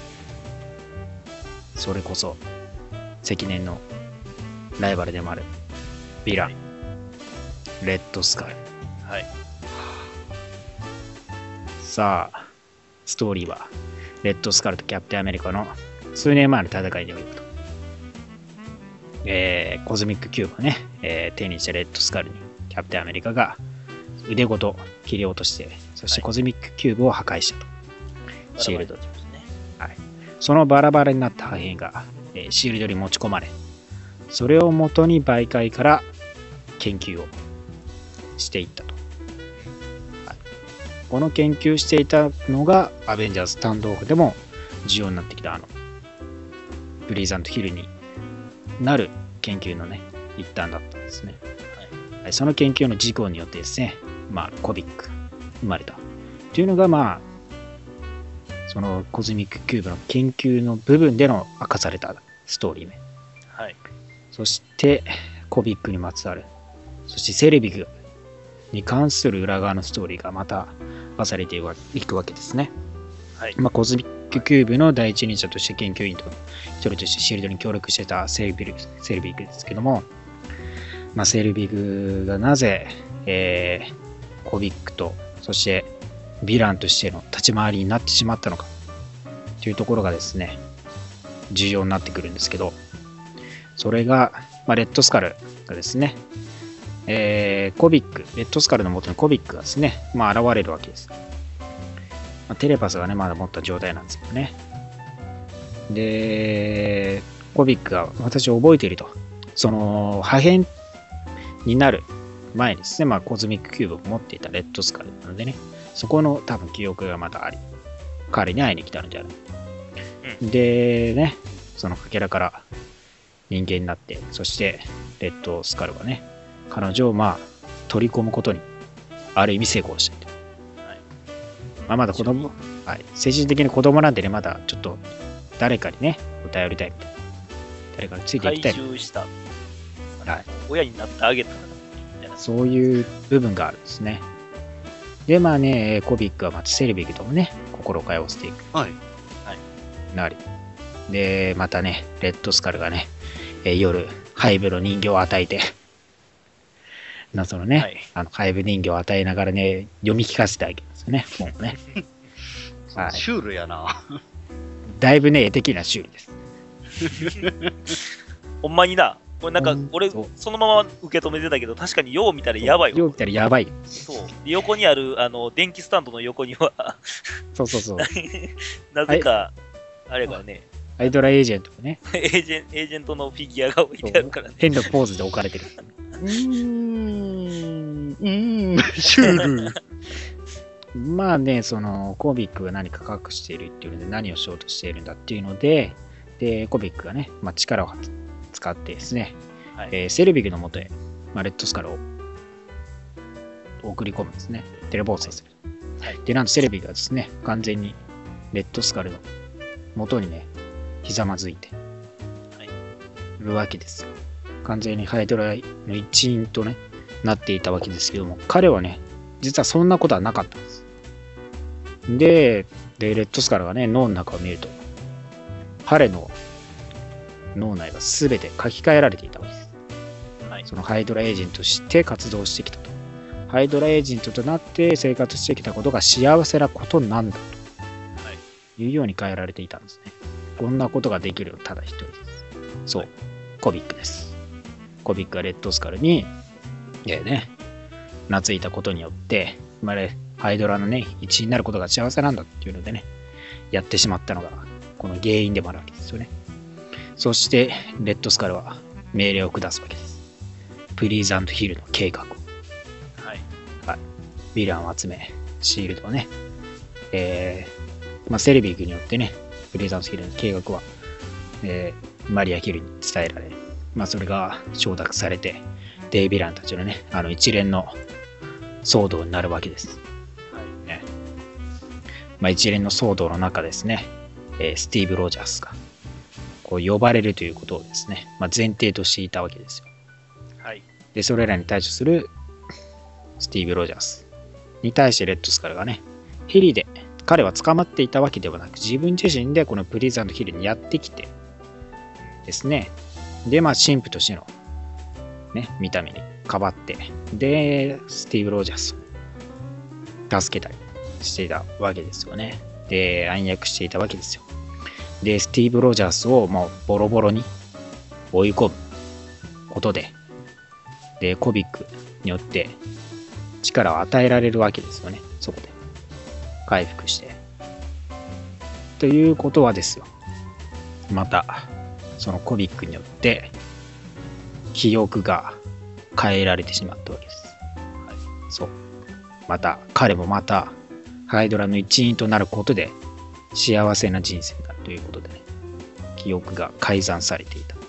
それこそ積年のライバルでもあるヴィラン、はい、レッドスカル、はい、さあストーリーはレッドスカルとキャプテンアメリカの数年前の戦いでもいくと、えー、コズミックキューブをね、えー、手にしたレッドスカルにキャプテンアメリカが腕ごと切り落として、そしてコズミックキューブを破壊したと、はい、シールドに、はい、そのバラバラになった破片が、えー、シールドに持ち込まれ、それをもとに媒介から研究をしていったと、はい、この研究していたのがアベンジャーズスタンドオフでも重要になってきたあのブリーザントヒルになる研究のね一端だったんですね、はいはい、その研究の事項によってですね、まあコビック生まれたというのが、まあそのコズミックキューブの研究の部分での明かされたストーリー名、はい、そしてコビックにまつわる、そしてセルビグに関する裏側のストーリーがまた明かされていくわけですね。はい、まあ、コズミックキューブの第一人者として研究員と一人としてシールドに協力してたセルビグ、セルビグですけども、まあ、セルビグがなぜ、えー、コビックとそしてヴィランとしての立ち回りになってしまったのかというところがですね重要になってくるんですけど、それが、まあ、レッドスカルがですね、えー、コビック、レッドスカルの元にコビックがですね、まあ、現れるわけです。まあ、テレパスがね、まだ持った状態なんですけどね。で、コビックが私を覚えていると。その破片になる前にですね、まあ、コズミックキューブを持っていたレッドスカルなのでね、そこの多分記憶がまだあり、彼に会いに来たのである。うん、で、ね、そのかけらから人間になって、そしてレッドスカルがね、彼女をまあ取り込むことにある意味成功したと。はい、まあ、まだ子供、はい、精神的に子供なんでね、まだちょっと誰かにね、頼りたいみたいな。誰かについていきたい。 回収した。はい。親になってあげたみたいな。 そういう部分があるんですね。で、まあね、コビックはまたセルビグともね、心を通わせていく。はい。はい。なり。で、またね、レッドスカルがね、えー、夜、ハイブの人形を与えて、謎のね、はい、あの、ハイブ人形を与えながらね、読み聞かせてあげるんですよね、本をね。 はい、シュールやな。 だいぶね、絵的なシュールです。 ほんまにな。これなんか、俺、そのまま受け止めてたけど、確かによう見たらやばいわ。 よう見たらやばい。 そう。横にある、あの、電気スタンドの横には、 そうそうそう。 なぜか、あれがね、 ハイドラエージェントがね。 エージェン、エージェントのフィギュアが置いてあるからね。 変なポーズで置かれてる。うーん。 ん、うん、シュール。 まあね、そのコビックが何か隠しているっていうので、何をしようとしているんだっていうので、で、コビックがね、まあ、力を使ってですね、はい、えー、セルビグのもとへ、まあ、レッドスカルを送り込むんですね。テレポートさせる。はい、で、なんとセルビグがですね、完全にレッドスカルの元にね、ひざまずいてるわけですよ。完全にハイドラの一員とね、なっていたわけですけども、彼はね、実はそんなことはなかったんです。で、でレッドスカルがね、脳の中を見ると、彼の脳内が全て書き換えられていたわけです。はい、そのハイドラエージェントとして活動してきたと。ハイドラエージェントとなって生活してきたことが幸せなことなんだというように変えられていたんですね。こんなことができるただ一人です。そう、コビックです。コビックがレッドスカルに、いやね、懐いたことによって、まあね、ハイドラのね、一員になることが幸せなんだっていうのでね、やってしまったのが、この原因でもあるわけですよね。そして、レッドスカルは命令を下すわけです。プリーズ&ヒルの計画を。はい。はい。ヴィランを集め、シールドをね、えー、まあ、セルビークによってね、プリーズ&ヒルの計画は、えー、マリア・ヒルに伝えられ、まあ、それが承諾されて、デイ・ヴィランたちのね、あの一連の騒動になるわけです。はいね。まあ、一連の騒動の中ですね、えー、スティーブ・ロジャースがこう呼ばれるということをですね、まあ、前提としていたわけですよ。はい。で、それらに対処するスティーブ・ロジャースに対してレッドスカルがね、ヘリで、彼は捕まっていたわけではなく、自分自身でこのプリズン&ヒルにやってきてですね、で、まあ、神父としてのね、見た目にかばって、で、スティーブ・ロジャースを助けたりしていたわけですよね。で、暗躍していたわけですよ。で、スティーブ・ロジャースをもうボロボロに追い込むことで、で、コビックによって力を与えられるわけですよね。そこで。回復して。ということはですよ。また、そのコビックによって、記憶が変えられてしまったわけです。はい、そう。また、彼もまた、ハイドラの一員となることで、幸せな人生になるということでね、記憶が改ざんされていた。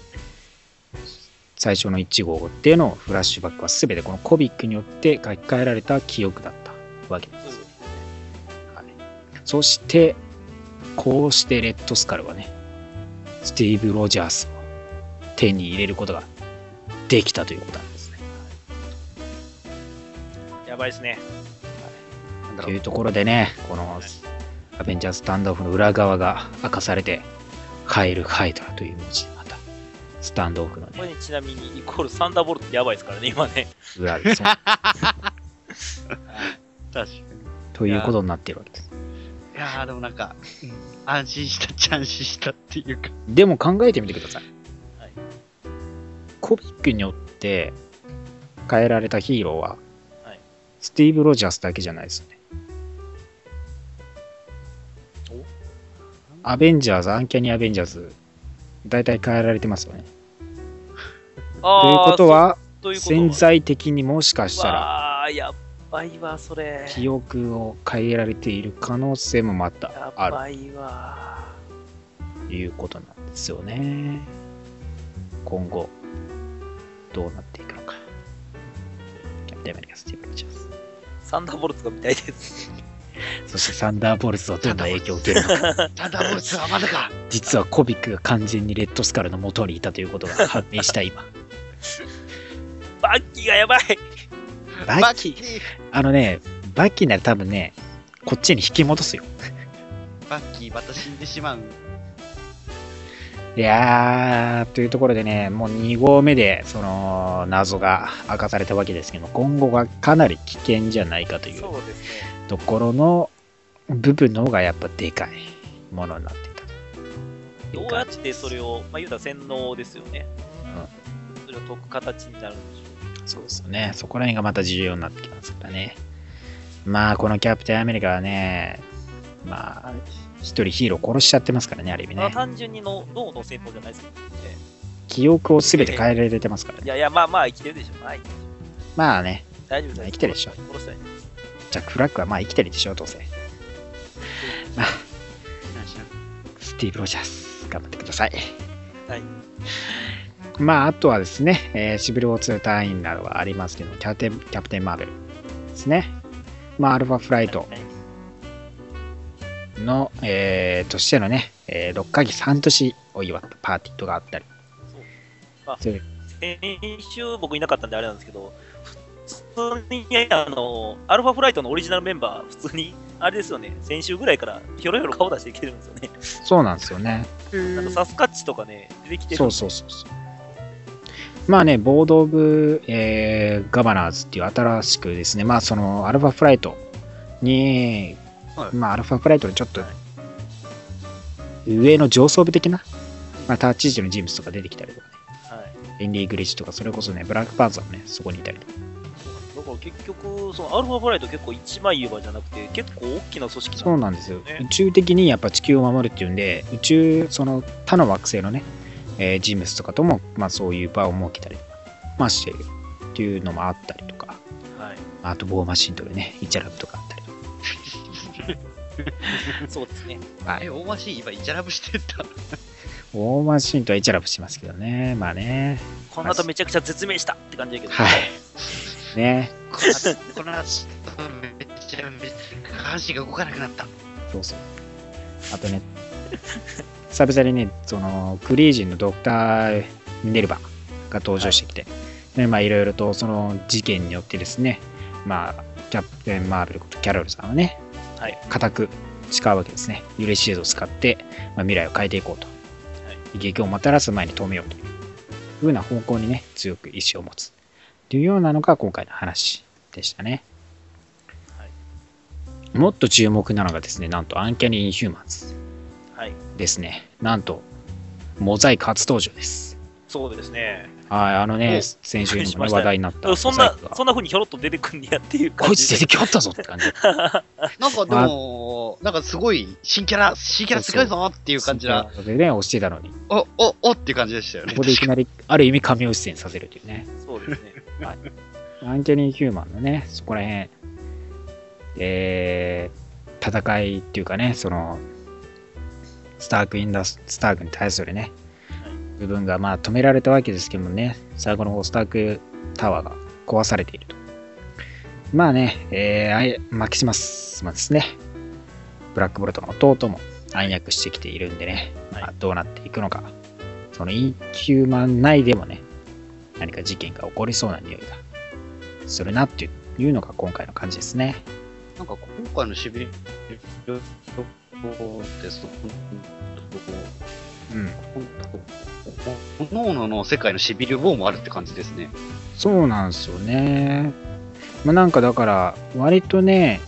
最初のいち号っていうのフラッシュバックは全てこのコビックによって書き換えられた記憶だったわけです。はい、そして、こうしてレッドスカルはね、スティーブ・ロジャースを手に入れることができたということなんですね。 やばいですね。 はい、というところでね、このアベンジャーズスタンドオフの裏側が明かされて、ハイル・ハイドラという文字でまた、スタンドオフのね。 これちなみにイコールサンダーボルトってやばいですからね、今ね。 裏でそう。確かに。 ということになっているわけです。 いやーでもなんか、うん、安心したっちゃ安心したっていうか。 でも考えてみてください。はい、コビックによって変えられたヒーローは、はい、スティーブ・ロジャースだけじゃないですよね。アベンジャーズ、アンキャニー・アベンジャーズ、大体変えられてますよね。ということは、潜在的にもしかしたら、 あやばいわ、それ。 記憶を変えられている可能性もまたある。 やばいわ。 ということなんですよね。今後、どうなっていくのか。キャプテンアメリカ、スティーブ・ロジャース。 サンダーボルトが見たいです。 そしてサンダーボルトはどんな影響を受けるのか。 サンダーボルトはまだか。 実はコビックが完全にレッドスカルの元にいたということが判明した今。 バッキーがやばい。 バッキー。あのね、バッキーなら多分ね、こっちに引き戻すよ。 バッキーまた死んでしまう。 いやー、というところでね、もうに号目でその謎が明かされたわけですけども、今後がかなり危険じゃないかというところの部分の方がやっぱでかいものになっていたと。 どうやってそれを、まあ、言うたら洗脳ですよね。うん。それを解く形になるんでしょう。 そうですよね。そこら辺がまた重要になってきますからね。まあ、このキャプテンアメリカはね、まあ、一人ヒーロー殺しちゃってますからね、ある意味ね。まあ、 単純にの脳の戦法じゃないですけどね。 記憶をすべて変えられてますからね。 いやいや、まあまあ生きてるでしょ。はい、 まあね、 大丈夫だ。 生きてるでしょ。 殺したい。 じゃあ、クラックはまあ生きてるでしょ、どうせ。まあ、スティーブ・ロジャース、頑張ってください。 はい。 まあ、あとはですね、えーシビルウォーツー隊員などがありますけど、キャプテン、キャプテン・マーベルですね。まあ、アルファフライトの、えーとしてのね、えーろっかげつはんとしを祝ったパーティーとかあったり。 あそれ先週僕いなかったんであれなんですけど、普通にあのアルファフライトのオリジナルメンバー、普通にあれですよね、先週ぐらいからひょろひょろ顔出してきてるんですよね。 そうなんですよね。 なんかサスカッチとかね、出てきてるそうそうそうそう。まあね、ボード・オブ、えーガバナーズっていう新しくですね、まあそのアルファフライトに、 はいまあアルファフライトのちょっと上の上層部的な、まあ、タッチ位置の人物とか出てきたりとかね、 はい。 エンリー・グリッジとか、それこそね、ブラックパンサーもね、そこにいたりとか。 だから結局、そのアルファフライト結構一枚岩じゃなくて、結構大きな組織そうなんなんですよ。 ね宇宙的にやっぱ地球を守るっていうんで、宇宙、その他の惑星のね、えー人物とかとも、まあそういう場を設けたりとか、まあしているっていうのもあったりとか、 はい。 あと、ボーマシンとかね、イチャラブとかあったりとそうですね。 か。はいえ、。大橋今、イチャラブしてた。 ボーマシンとはイチャラブしますけどね。まあね。 この後めちゃくちゃ絶命したって感じだけど。 はい。ね。 この後、この後、めちゃめちゃ下半身が動かなくなった。 そうそう。あとね、久々にね、その、クリージンのドクター・ミネルヴァが登場してきて、でまあいろいろとその事件によってですね、まあ、キャプテン・マーベルことキャロルさんはね、 はい。 固く誓うわけですね。ユレシーズを使って、まあ、未来を変えていこうと。悲劇をもたらす前に止めようというふうな方向にね、強く意志を持つ。というようなのが今回の話でしたね。 はい。 もっと注目なのがですね、なんとアンキャニー・インヒューマンズはい。 ですね。なんと、モザイク初登場です。 そうですね。 はい、あのね、 お先週にも、ね、 びっくりしました話題になったそんなモザイクが、 そんな風にひょろっと出てくんねやっていうこいつ感じで。 出てきおったぞって感じ。 なんかでも、なんかすごい新キャラ、新キャラすごいぞっていう感じな、 でね、押してたのに、 お、お、おっていう感じでしたよね。 ここでいきなり、ある意味神尾出演させるというね。 そうですね。 アンキャニー・ヒューマンのね、そこら辺、えー、戦いっていうかね、その、スターク・インダス、スタークに対するね、部分がまあ止められたわけですけどもね、最後の方、スタークタワーが壊されていると。まあね、えーあい、マキシマスもですね、ブラックボルトの弟も暗躍してきているんでね、 はいまあ、どうなっていくのか、そのインヒューマン内でもね、何か事件が起こりそうな匂いがするなっていうのが今回の感じですね。 なんか今回のしびれですと、 うん。 各々の世界のシビルウォーもあるって感じですね。 そうなんですよね。まあ、なんかだから、割とね、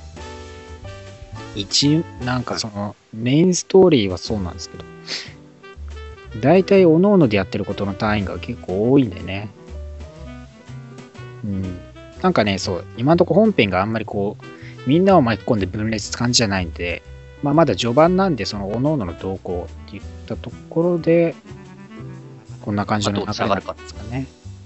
一、なんかその、メインストーリーはそうなんですけど、大体、各々でやってることの単位が結構多いんでね。うん。なんかね、そう、今のところ本編があんまりこう、みんなを巻き込んで分裂って感じじゃないんで、まあ、まだ序盤なんで、その、各々の動向っていったところで、こんな感じの流れになったんですかね。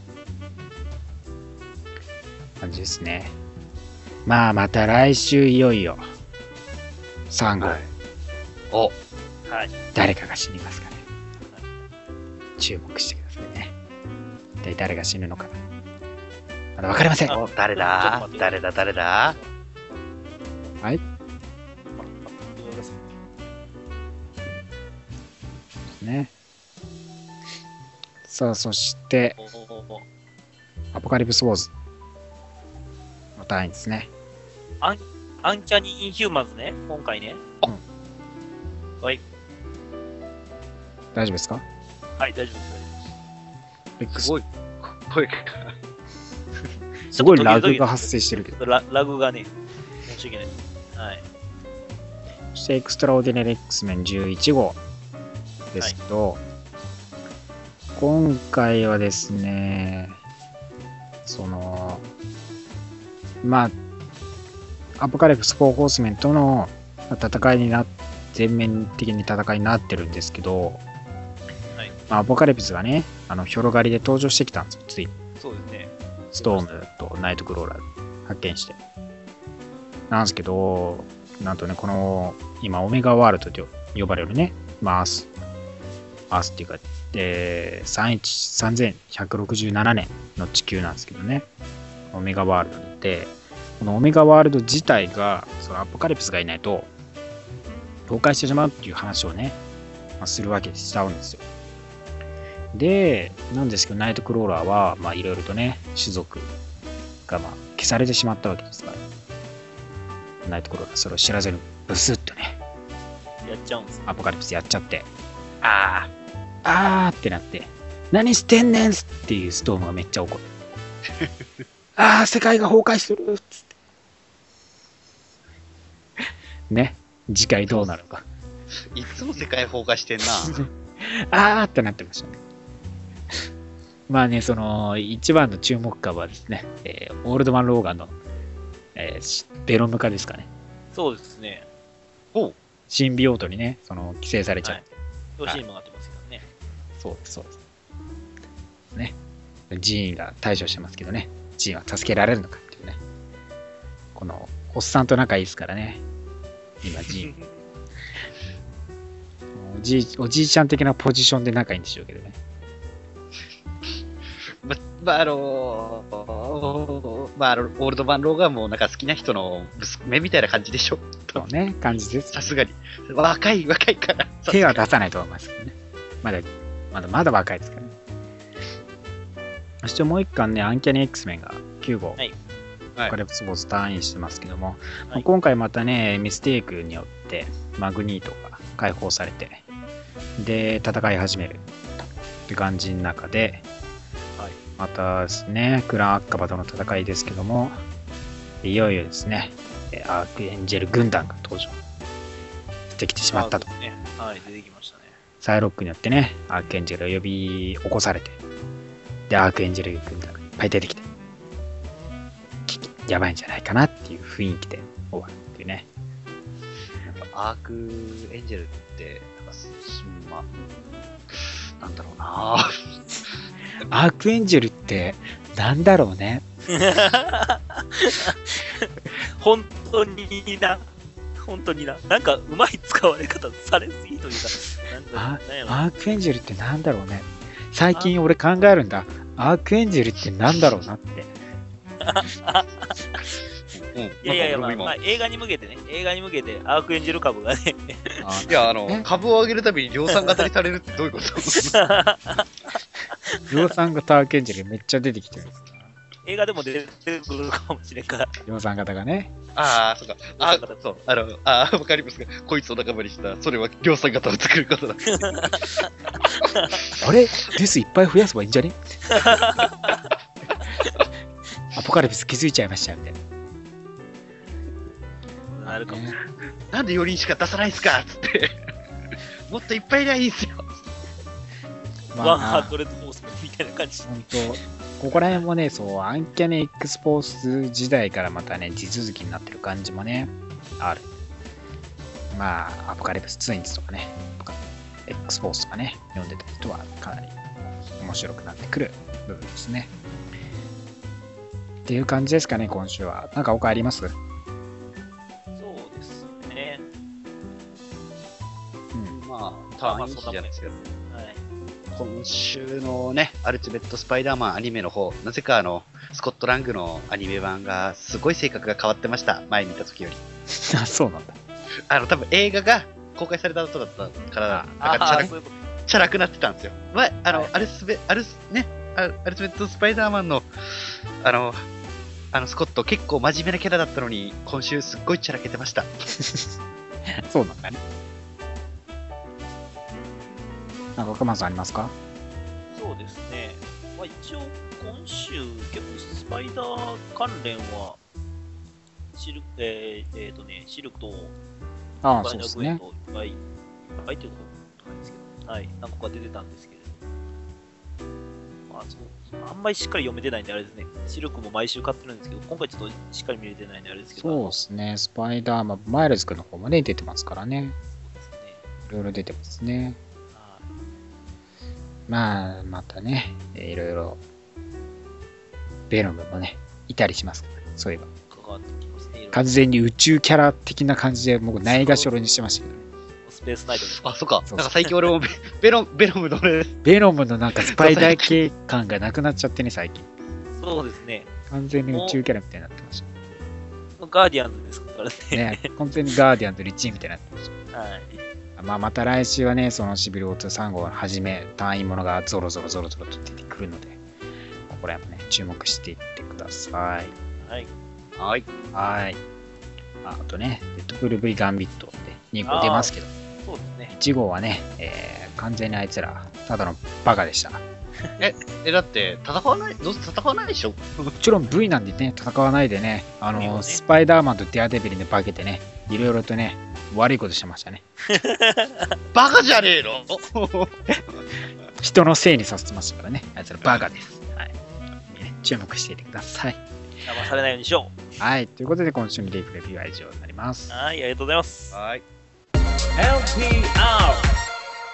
感じですね。まあ、また来週いよいよ、さん号、 はいお、 はい。 誰かが死にますから、ね、注目してくださいね。一体誰が死ぬのか、まだわかりません。 お誰ちょっとだ待って誰だ誰だはい。ね。さあ、そして、 おおおアポカリプスウォーズの単位ですね。 アンキャニー・インヒューマンズね、今回ね。はい。 大丈夫ですか？ はい、大丈夫です。大丈夫です X すごい声が。 すごいラグが発生してるけど。 ララグがね、申し訳ない。はい。 そしてエクストラオーディナリー X メンじゅういち号ですけど、今回はですね、その、まあ、アポカリプスフォー・ホースメンとの戦いになっ全面的に戦いになってるんですけど、 はいまあ、アポカリプスがね、あの、ヒョロ狩りで登場してきたんですよ、ついに。 そうですね。 ストームとナイトクローラー発見して。なんですけど、なんとね、この、今、オメガワールドと呼ばれるね、まあ、アース、アースっていうか、えー、さんぜんひゃくろくじゅうななねんの地球なんですけどね、オメガワールドにいて、このオメガワールド自体が、そのアポカリプスがいないと、崩壊してしまうっていう話をね、まあ、するわけしちゃうんですよ。で、なんですけど、ナイトクローラーは、まあ、いろいろとね、種族が、まあ、消されてしまったわけですから、ナイトクローラー、それを知らずに、ブスッとね、 やっちゃうんですね。 アポカリプスやっちゃって、あー、あーってなって、何してんねんっていうストームがめっちゃ怒る。あー、世界が崩壊するっつって。ね、次回どうなるか。 いつも世界崩壊してんな。 あーってなってましたね。まあね、その、一番の注目株はですね、えー、オールドマン・ローガンの、えー、ベロム化ですかね。 そうですね。 おう。 シンビオートにね、その、規制されちゃう。 はい、シーンもなってますけどね。 そうです、そうです。ね。ジーンが対処してますけどね、ジーンは助けられるのかっていうね。この、おっさんと仲いいですからね。今、ジーン。おじい、おじいちゃん的なポジションで仲いいんでしょうけどね。 ま、まあ、あのー、まあ、あの、オールドマンローガンもなんか好きな人の娘みたいな感じでしょ。 そうね、感じです、ね。 さすがに。若い、若いから。 手は出さないと思いますけどね。まだ、まだ、まだ若いですからね。そしてもう一巻ね、アンキャニ X メンがきゅう号。はい。アポカリプスボス退院してますけども、はい、今回またね、ミステイクによってマグニートが解放されて、で、戦い始めるって感じの中で、はい、またですね、クランアッカバとの戦いですけども、いよいよですね、アークエンジェル軍団が登場してきてしまったと。 ね、はい、出てきましたね。 サイロックによってね、アークエンジェルを呼び起こされて、で、アークエンジェル軍団がいっぱい出てきて、やばいんじゃないかなっていう雰囲気で終わるっていうね。 なんかアークエンジェルって、なんか、まあ、なんだろうなアークエンジェルってなんだろうね。 本当にな。本当にな。なんかうまい使われ方されすぎというか。なんだろう、 アークエンジェルってなんだろうね。最近俺考えるんだ。アークエンジェルってなんだろうなって。 うん、いやいやいや、まあ、まあ、映画に向けてね、映画に向けてアークエンジェル株がね。 いや、あの、株を上げるたびに量産型にされるってどういうこと量産型アークエンジェルめっちゃ出てきてる。 映画でも出てくるかもしれんから。 量産型がね。 ああ、そうか。あそう。あの、あアポカリプスがこいつを仲間にした、それは量産型を作ることだ。 あれデスいっぱい増やせばいいんじゃねアポカリプス気づいちゃいましたみたいな。なるかも。 なんでよにんしか出さないんすかつって。もっといっぱいいりゃいいんすよ。 まあ、ワンハンドレッドフォースみたいな感じ。 本当。ここら辺もね、そう、アンキャネ X フォース時代からまたね、地続きになってる感じもね、ある。まあ、アポカリプスツインズとかね、X フォースとかね、読んでた人はかなり面白くなってくる部分ですね。っていう感じですかね、今週は。なんか他あります？ そうですね。 うん、まあ、ターンインじゃないですけど。今週のね、アルティメットスパイダーマンアニメの方、なぜかあの、スコットラングのアニメ版がすごい性格が変わってました。前見た時より。 あ、そうなんだ。 あの、多分映画が公開された後だったから、なんかチャラく、チャラくなってたんですよ。前、あの、はい、アルスベ、アルス、ね、アルティメットスパイダーマンの、あの、あの、スコット結構真面目なキャラだったのに、今週すっごいチャラけてました。 そうなんだね。なんか岡松さんありますか？ そうですね。まあ、一応今週結構スパイダー関連はシルク、えー、えー、とね、シルクとああ、そうですね。 いっぱい、いっぱいっていうことなんですけど、はい、何個か出てたんですけれど、まあ、そうあんまりしっかり読めてないんであれですね。シルクも毎週買ってるんですけど、今回ちょっとしっかり見れてないんであれですけど。 そうですね。スパイダーマン、マイルズ君の方もね、出てますからね。 そうですね。 いろいろ出てますね。まあ、またね、いろいろ、ベノムもね、いたりしますから。 そういえば。 関わってきますね。 完全に宇宙キャラ的な感じで、もうないがしろにしてましたけどね。 スペースナイトです。 あ、そっか。 そうそうなんか最近俺もベベロベノムの俺、 ベノムのなんかスパイダー系感がなくなっちゃってね、最近。 そうですね。 完全に宇宙キャラみたいになってましガーディアンズですからた。 ね。 ね、完全にガーディアンとリッチーみたいになってましはい。 た。まあ、また来週はね、そのシビルオーツさん号をはじめ、単位ものがゾロゾロゾロゾロと出てくるので、ここら辺もね、注目していってください。 はい。 はい。 はい。ああとね、デッドプール V ガンビットでに号出ますけど、 そうですね。 いち号はね、えー、完全にあいつら、ただのバカでした。 え、だって戦わない、どうせ戦わないでしょ。 もちろん V なんでね、戦わないでね、あの、 ねスパイダーマンとデアデビルに化けてね、いろいろとね、悪いことしてましたね。 バカじゃねえの。 人のせいにさせてましたからね、あいつらバカです。はい。ね注目していてください。 騙されないようにしよはい。ということで、今週のリーフレビューは以上になりますう。。はい、ありがとうございます。 はい。 エルピーアール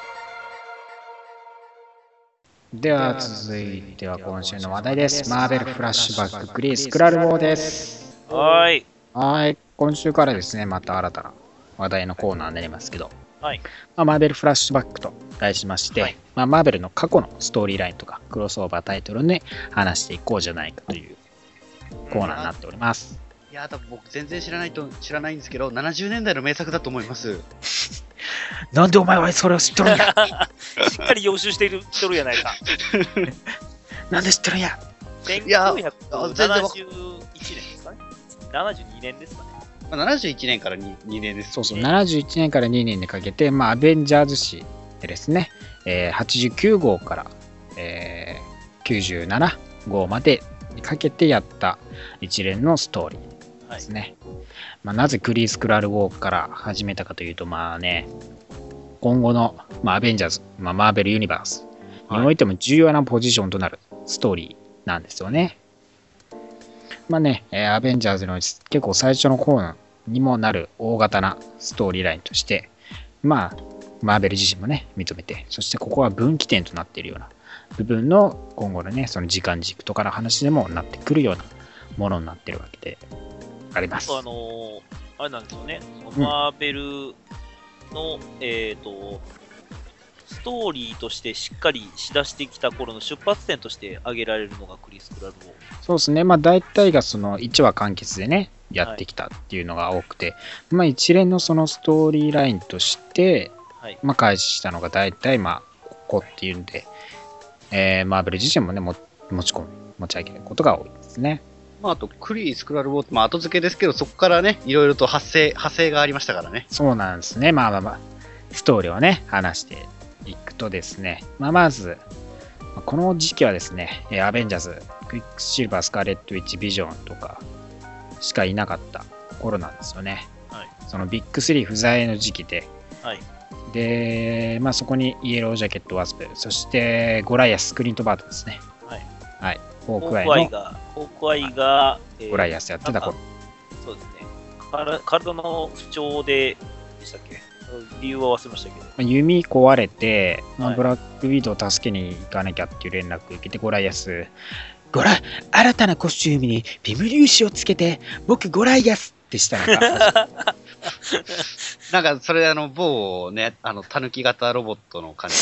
では、続いては今週の話題です。マーベルフラッシュバッククリースクラルウォーです。 はーい。 はい。今週からですね、また新たな話題のコーナーになりますけど、 はい。 まあ、マーベルフラッシュバックと題しまして、 はいまあ、マーベルの過去のストーリーラインとかクロスオーバータイトルで話していこうじゃないかというコーナーになっております。 いや、多分僕全然知らないと知らないんですけど、ななじゅうねんだいの名作だと思います。 なんでお前はそれを知っとるんやしっかり予習している人るやないか。 なんで知っとるんや 1971 いや年全然わですかね。ななじゅうにねんですかね。 まあななじゅういちねんから に, にねんです。 そうそう、ななじゅういちねんからにねんにかけて、まあ、アベンジャーズ誌でですね、えーはちじゅうきゅう号から、えーきゅうじゅうなな号までにかけてやった一連のストーリーですね。まあ、なぜクリース・クラル・ウォーから始めたかというと、まあね、今後の、まあ、アベンジャーズ、まあ、マーベル・ユニバースにおいても重要なポジションとなるストーリーなんですよね。まあね、えーアベンジャーズの結構最初の方にもなる大型なストーリーラインとして、まあ、マーベル自身もね、認めて、そしてここは分岐点となっているような部分の今後のね、その時間軸とかの話でもなってくるようなものになってるわけであります。 あのー、あれなんですよね。そのマーベルの、えっ、と、ストーリーとしてしっかりしだしてきた頃の出発点として挙げられるのがクリス・クラルウォー。 そうですね、まあ大体がそのいちわ完結でね、やってきたっていうのが多くて、まあ一連のそのストーリーラインとして、 はい。 まあ開始したのが大体まあここっていうんで、えーマーベル自身もね、も持ち込む、持ち上げることが多いですね。 まあ、あと、クリー・スクラル・ウォーって、まあ、後付けですけど、そこからね、いろいろと発生、派生がありましたからね。 そうなんですね。まあまあまあ、ストーリーをね、話していくとですね、まあまず、この時期はですね、えーアベンジャーズ、クイックシルバー、スカーレット・ウィッチ、ビジョンとかしかいなかった頃なんですよね。 はい。 そのビッグスリー不在の時期で、 はい。 で、まあそこにイエロージャケット・ワスプ、そしてゴライアス・クリント・バートですね。 はい。 はい。ホホークアイのークアイが、ホークアイが、えーゴライアスやってた頃。 そうですね。から体の不調で、でしたっけ理由は忘れましたけど。 まあ弓壊れて、まあはいブラックウィドウ助けに行かなきゃっていう連絡を受けて、ゴライアス、ゴラ、新たなコスチュームにビム粒子をつけて、僕ゴライアスってしたのが、 なんか、それ、あの、某ね、あの、たぬき型ロボットの感じ。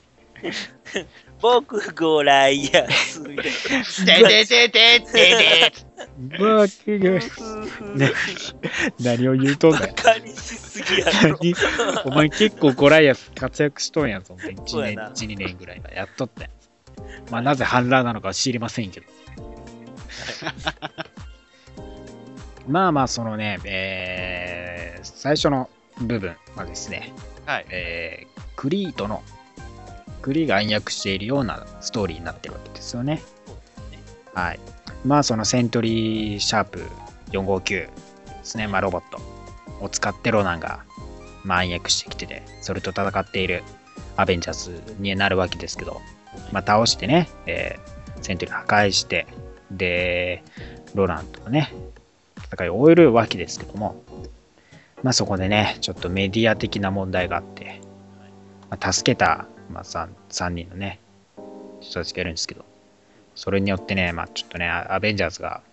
僕、ゴライアス。みたいてててててて僕が、ね何を言うとんだよ。 バカにしすぎやろ。 何お前結構ゴライアス活躍しとんやん、そんな1年、 そうやないち、にねんぐらいはやっとって。まあなぜ反乱なのかは知りませんけど。まあまあ、そのね、えー最初の部分はですね、 はい。 えークリードの、クリーが暗躍しているようなストーリーになってるわけですよね。はい。まあ、そのセントリーシャープよんごきゅうですね、まあ、ロボットを使ってロナンが、まあ、暗躍してきてて、それと戦っているアベンジャーズになるわけですけど、まあ、倒してね、えーセントリー破壊して、で、ロナンとかね、戦いを終えるわけですけども、まあ、そこでね、ちょっとメディア的な問題があって、まあ、助けた、まあ、3, さんにんのね、人たちがいるんですけど、それによってね、まあ、ちょっとね、アベンジャーズが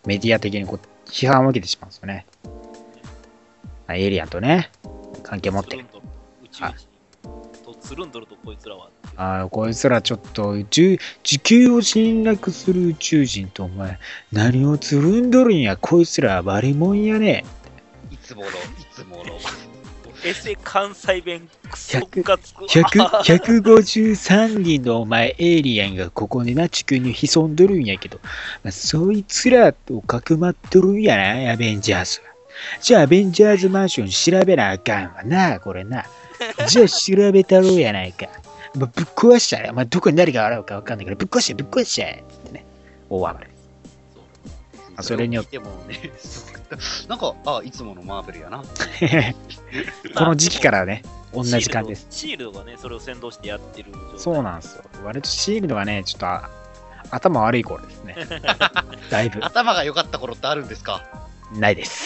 メディア的にこう批判を受けてしまうんですよね。エイリアンとね、関係持ってる。 宇宙人とつるんどるとこいつらは。 ああ、こいつらちょっと宇宙、地球を侵略する宇宙人とお前、何をつるんどるんや、こいつら悪いもんやね。 いつもの、いつもの。 エセ関西弁クソがつく。 ひゃくごじゅうさんにんのお前エイリアンがここにな地球に潜んどるんやけど、まあ、そいつらとかくまっとるんやな、アベンジャーズは。じゃあアベンジャーズマンション調べなあかんわな、これな。じゃあ調べたろうやないか。まあ、ぶっ壊しちゃえ。まあ、どこに何が洗うかわかんないけど、ぶっ壊しちゃえ、ぶっ壊しちゃえ。ってね。大暴れ。 そうそれによって。 もね、なんか、あ、いつものマーベルやな。 この時期からね、同じ感じです。 シールドがね、それを先導してやってる状態。 そうなんですよ。割とシールドがね、ちょっと頭悪い頃ですね。だいぶ。 頭が良かった頃ってあるんですか？ ないです。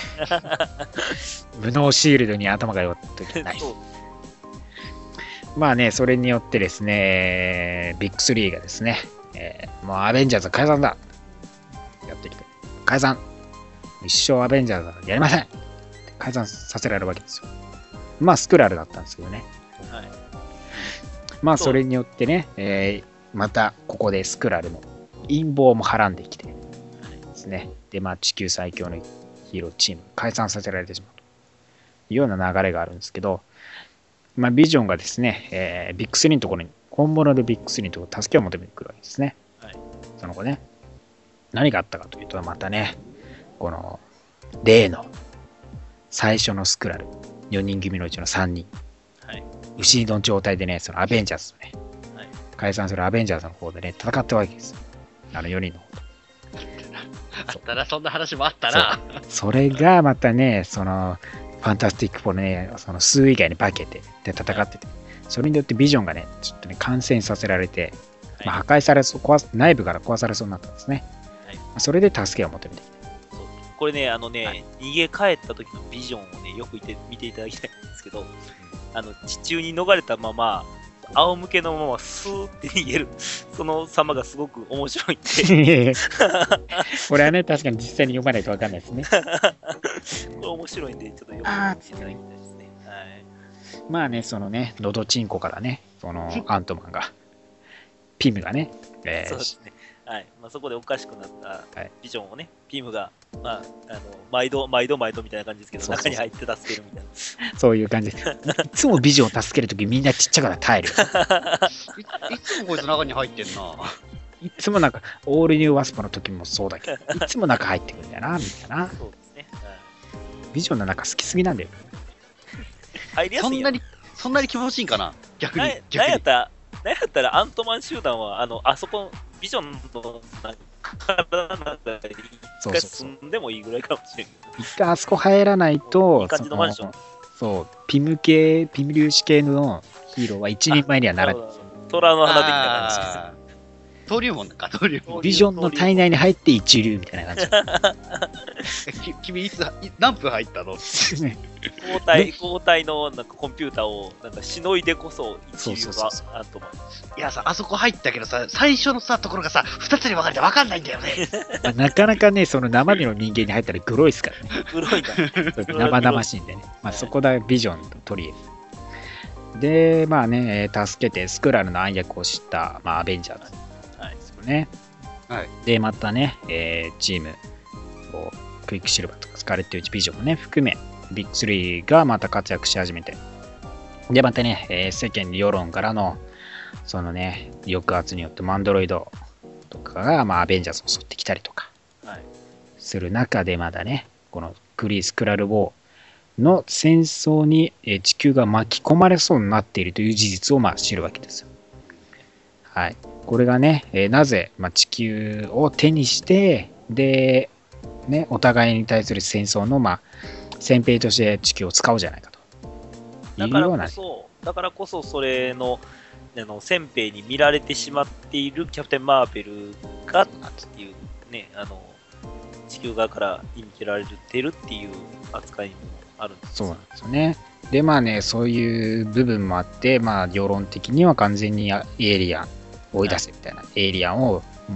無能シールドに頭が良かった時ないです。まあね、それによってですね、ビッグスリーがですね、えー、もうアベンジャーズ解散だやってきて、解散一生アベンジャーズやりません解散させられるわけですよ。まあスクラルだったんですけどね。はい、まあそれによってね、えー、またここでスクラルの陰謀もはらんできてですね。で、まあ地球最強のヒーローチーム解散させられてしまうというような流れがあるんですけど、まあ、ビジョンがですね、えー、ビッグスリーのところに、本物でビッグスリーのところに助けを求めてくるわけですね。はい、その後ね、何があったかというと、またね、この、例の最初のスクラル、よにん組のうちのさんにん、はい、牛の状態でね、そのアベンジャーズとね、はい、解散するアベンジャーズの方でね、戦ったわけです。あのよにんの方と。 あったな、そんな話もあったな。 そ, それがまたね、その、ファンタスティックフォーね、その数以外に化けてで戦ってて、それによってビジョンがね、ちょっとね、感染させられて、はい、まあ、破壊されそう、壊す、内部から壊されそうになったんですね。はい、それで助けを求めてきた。 そうこれね、あのね、はい、逃げ帰った時のビジョンをね、よく見て見ていただきたいんですけど、うん、あの地中に逃れたまま、仰向けのままスーって逃げる、その様がすごく面白いんで。 これはね、確かに実際に読まないと分かんないですね。 これ面白いんで、ちょっと読んでいただきたいですね。はい、 まあね、そのね、のどちんこからね、そのアントマンが、ピムがね、えー、 そうですね。はいまあ、そこでおかしくなったビジョンをね、はい、ピムが、まあ、あの毎度毎度毎度みたいな感じですけど、そうそうそう中に入って助けるみたいな。 そういう感じです。いつもビジョンを助けるときみんなちっちゃから耐える。 い, いつもこいつ中に入ってんな。 いつもなんか、オールニューワスプの時もそうだけど、いつも中入ってくるんだよな、みたいな。そうですね。はい、ビジョンの中好きすぎなんだよ。 入りやすいそんなに、そんなに気持ちいいんかな逆に。 なんやったら、なんやったらアントマン集団は、あの、あそこ、ビジョンの体の中で一回住んでもいいぐらいかもしれん。 一回あそこ入らないと、 いい感じのマンション。 そう、ピム系、ピム粒子系のヒーローは一人前にはならない。 虎の花的な感じです。 登竜門か、登竜門。 ビジョンの体内に入って一流みたいな感じ。君いつ、何分入ったの交代、交代のなんかコンピューターをなんかしのいでこそ一流がアントマン。 いやさ、あそこ入ったけどさ、最初のさ、ところがさ、二つに分かれて分かんないんだよね。 まあ、なかなかね、その生身の人間に入ったらグロいですからね。 グロいな。 生々しいんでね。まあ、そこだ、ビジョンと取り入れる。で、まあね、助けてスクラルの暗躍を知った、まあ、アベンジャーズ。ねはい、でまたね、えー、チームクイックシルバーとかスカーレット・ウィッチ・ビジョンもね含めビッグスリーがまた活躍し始めてでまたね、えー、世間世論からのそのね抑圧によってマンドロイドとかが、まあ、アベンジャーズを襲ってきたりとかする中でまだねこのクリー・スクラル・ウォーの戦争に、えー、地球が巻き込まれそうになっているという事実を、まあ、知るわけですよ。はい、これがね、えー、なぜ、まあ、地球を手にしてで、ね、お互いに対する戦争の、まあ、先兵として地球を使おうじゃないかというような、 だからこそ、だからこそそれのあの先兵に見られてしまっているキャプテン・マーベルがっていう、ね、あの地球側から意味切られてるっていう扱いもあるんです。 そうなんですよね。でまあねそういう部分もあって、まあ、世論的には完全にエイリアン追い出せみたいな、はい、エイリアンを、まあ、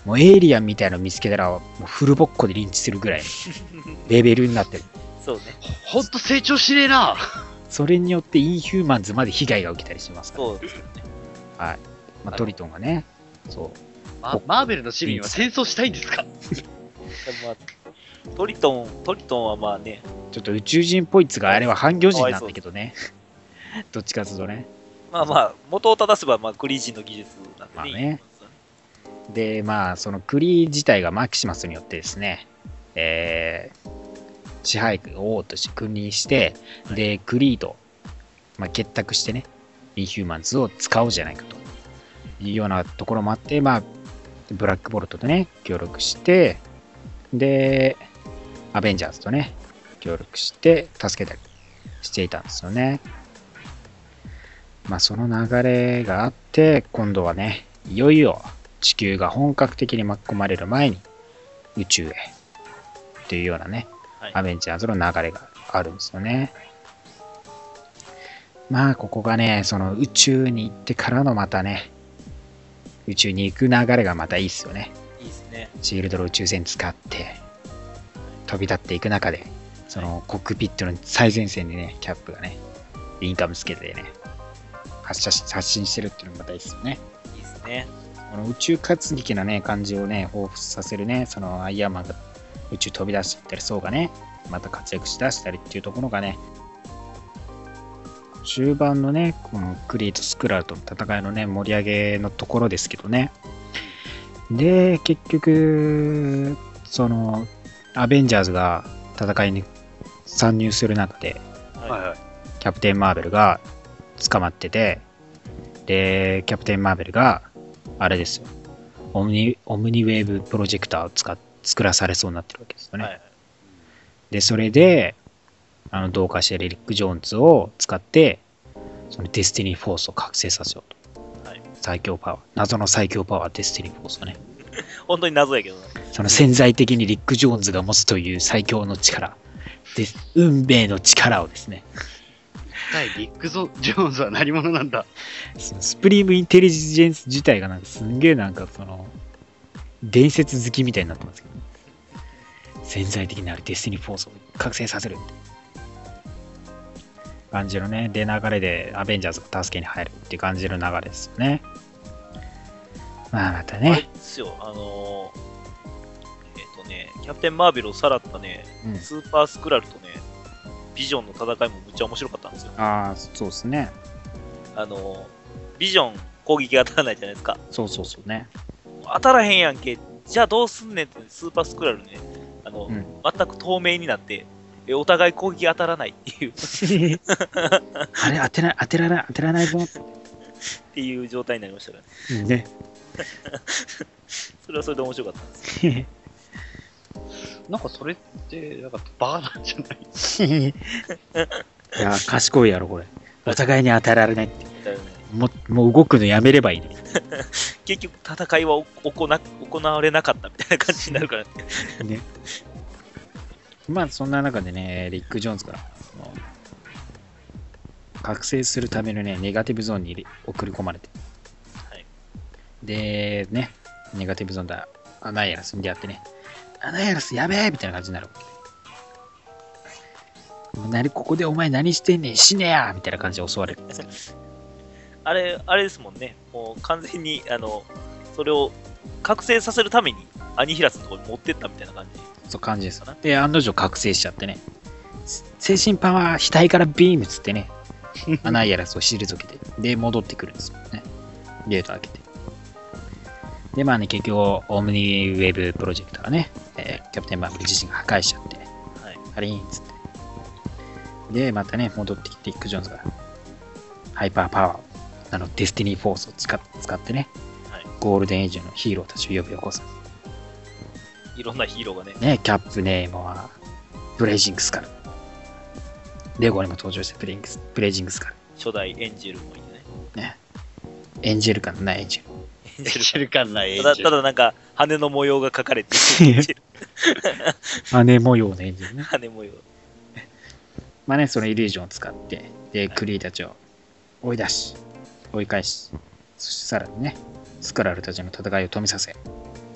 もうエイリアンみたいなの見つけたら、もうフルボッコでリンチするぐらいのレベルになってる。 そうね。 ほんと成長しねえな。 それによってインヒューマンズまで被害が起きたりしますから、ね。 そうですよね。 はい。まあ、トリトンがね、そう。 ママーベルの市民は戦争したいんですか？ でもまあ、トリトン、トリトンはまあね、 ちょっと宇宙人っぽいっつがあれは半魚人なんだけどね。どっちかというとね。 まあまあ、元を正せば、まあ、クリー人の技術なんでね。 まあねで、まあ、そのクリー自体がマキシマスによってですね、えー、支配区を王として君臨して、で、クリーと、まあ、結託してね、インヒューマンズを使おうじゃないかというようなところもあって、まあ、ブラックボルトとね、協力して、で、アベンジャーズとね、協力して助けたりしていたんですよね。まあ、その流れがあって、今度はね、いよいよ地球が本格的に巻き込まれる前に宇宙へというようなね、 はい、 アベンジャーズの流れがあるんですよね。まあ、ここがね、その宇宙に行ってからのまたね、宇宙に行く流れがまたいいっすよね。 いいですね。 シールドの宇宙船使って飛び立っていく中で、そのコックピットの最前線でね、キャップがね、インカムつけてね、発射し発信してるっていうのがまたいいですよね。 いいですね。 この宇宙活劇なね、感じをね、彷彿させるね、そのアイアンマンが宇宙飛び出していったり、そうがね、また活躍しだしたりっていうところがね、終盤のね、このクリーとスクラルとの戦いのね、盛り上げのところですけどね。で、結局、その、アベンジャーズが戦いに参入する中で、 はいはいはい。 キャプテン・マーベルが捕まってて、で、キャプテン・マーベルが、あれですよ、オムニ、オムニウェーブプロジェクターを使っ作らされそうになってるわけですよね。 はいはい、 で、それで、あの同化しているリック・ジョーンズを使って、そのデスティニー・フォースを覚醒させようと。 はい、 最強パワー、謎の最強パワー、デスティニー・フォースをね。 本当に謎やけどな。 その潜在的にリック・ジョーンズが持つという最強の力、で運命の力をですね、 対ビッグゾジョーンズは何者なんだ？ そのスプリームインテリジェンス自体がなんかすんげえなんかその伝説好きみたいになってますけど、潜在的なるデスティニー・フォースを覚醒させるって感じのね、で流れでアベンジャーズが助けに入るっていう感じの流れですよね。まあまたあれねで、すよ、あのー、えっ、とね、キャプテン・マーベルをさらったね、 うん、 スーパースクラルとね、ビジョンの戦いもむっちゃ面白かったんですよ。 ああそうですね、 あのー、ビジョン攻撃が当たらないじゃないですか。 そうそうそうね、 当たらへんやんけ、じゃあどうすんねんって、スーパースクラルね、あの、 うん、 全く透明になって、えお互い攻撃当たらないっていうあれ当てら当てらない当てらないぞっていう状態になりましたからね。 ねそれはそれで面白かったんですよ。 なんかそれって、なんかバカなんじゃない？ いや賢いやろこれ、お互いに当てられないってだよね、 もうもう動くのやめればいいね結局戦いは行な行われなかったみたいな感じになるからね。 ね。まあそんな中でね、リック・ジョーンズがその覚醒するためのね、ネガティブゾーンに送り込まれて、 はい、 でね、ネガティブゾーンだアナイアラスに出会ってね、アナイアラスやべえみたいな感じになるわけで、何ここでお前何してんねん死ねやみたいな感じで襲われるんですよ。 あれ、あれですもんね、もう完全にあのそれを覚醒させるためにアニヒラスのところに持ってったみたいな感じ。 そう感じです。で、案の定覚醒しちゃってね、精神パワー額からビームつってね、アナイアラスを退けて、で、戻ってくるんですよね。ゲート開けて。で、まあね、結局、オムニウェブプロジェクターがね、えーキャプテンマーベル自身が破壊しちゃって、 はい、 あれいいんつって。で、またね、戻ってきて、リック・ジョーンズが、ハイパーパワー、あの、デスティニー・フォースを使っ使ってね、 はい、 ゴールデンエイジのヒーローたちを呼び起こす。 いろんなヒーローがね、 ね、キャップネームは、ブレイジングスカル。レゴにも登場してブレイングスブレイジングスカル。 初代エンジェルもいてね。 ね。エンジェル感のないエンジェル。 エンエンジェル感ないエンただジェル。 ただなんか羽の模様が描かれてるエンジェル羽模様のエンジェルね。 羽模様。 まあね、そのイリュージョンを使って、で、クリーたちを追い出し、追い返し、そしてさらにね、スクラルたちの戦いを止めさせ、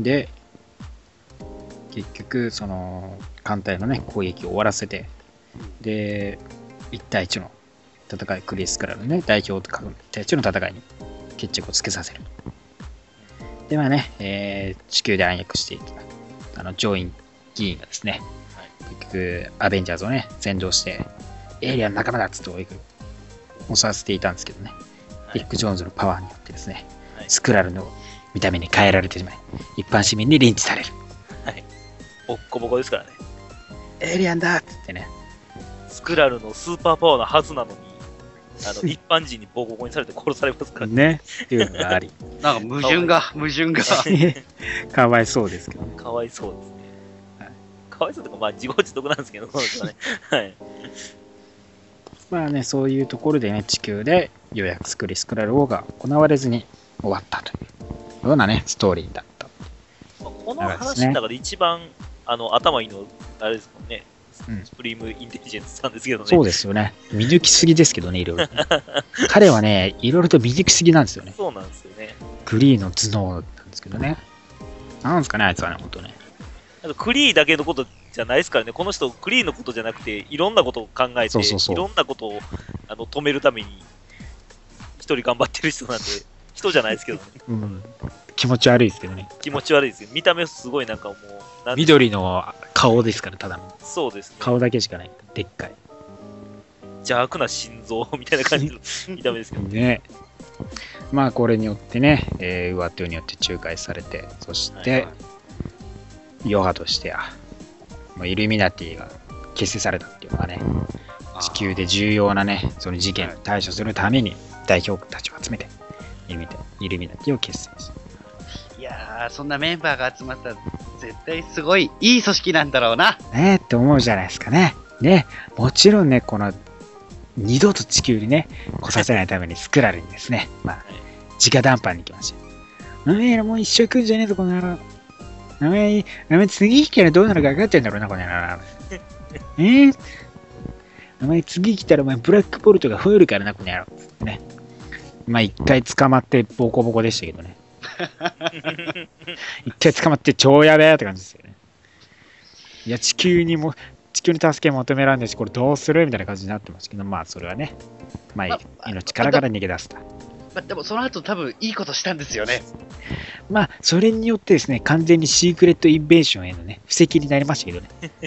で、結局、その、艦隊のね、攻撃を終わらせて、で、いち対いちの戦い、クリスからのね、代表とかいち対いちの戦いに決着をつけさせる。で、まあね、えー、地球で暗躍していた、あの、上院議員がですね、はい、結局、アベンジャーズをね、先導して、エイリアンの仲間だっつって追い襲わせていたんですけどね、はい、ディック・ジョーンズのパワーによってですね、はい、スクラルの見た目に変えられてしまい、一般市民にリンチされる。 はい。ボッコボコですからね。 エイリアンだっつってね。 スクラルのスーパーパワーのはずなのに、あの一般人にボコボコにされて殺されますからね。ね。っていうのがあり。 なんか矛盾が、矛盾が。 かわいそうですけどね。 かわいそうですね。はい、かわいそうというか、まあ自業自得なんですけど、そうですね。はい。 まあね、そういうところでね、地球でようやくスクリスクラルウォーが行われずに終わったというようなね、ストーリーだった。 この話の中で一番、ね、あの頭いいの、あれですもんね、うん、スプリームインテリジェンスなんですけどね。 そうですよね。見抜きすぎですけどね、いろいろ。彼はね、いろいろと見抜きすぎなんですよね。 そうなんですよね。 クリーの頭脳なんですけどね。なんですかね、あいつはね、ほんとね。 クリーだけのことじゃないですからね、この人、クリーのことじゃなくて、いろんなことを考えて、そうそうそういろんなことをあの止めるために、一人頑張ってる人なんで、人じゃないですけどね。 うん、気持ち悪いですけどね。 気持ち悪いですよ。見た目すごいなんかもう、 緑の顔ですから、ただの。 そうですね。 顔だけしかない。でっかい。 邪悪な心臓みたいな感じの見た目ですけどね。 ね。まあ、これによってね、えー、ウアトゥによって仲介されて、そして、はいはい、ヨハとしては、もうイルミナティが結成されたっていうのがね、地球で重要なね、その事件に対処するために代表たちを集めて、イルミナイルミナティを結成した。 いやー、そんなメンバーが集まったら、絶対すごいいい組織なんだろうな。 ねえって思うじゃないですかね。ね、もちろんね、この、二度と地球にね、来させないためにスクラルにですね、まあ、直談判に行きました。おめえらもう一生来んじゃねえぞ、この野郎。おめえ、おめえ次来たらどうなるか分かってんだろうな、この野郎。えー、お前次来たらお前ブラックボルトが増えるからな、この野郎。ね。まあ一回捕まってボコボコでしたけどね。一回捕まって超やべえって感じですよね。いや、地球にも、地球に助け求められないし、これどうするみたいな感じになってますけど、まあそれはね、まあ命からから逃げ出すと。 まあ、でもその後多分いいことしたんですよね。 まあそれによってですね、完全にシークレットインベーションへのね、布石になりましたけどね。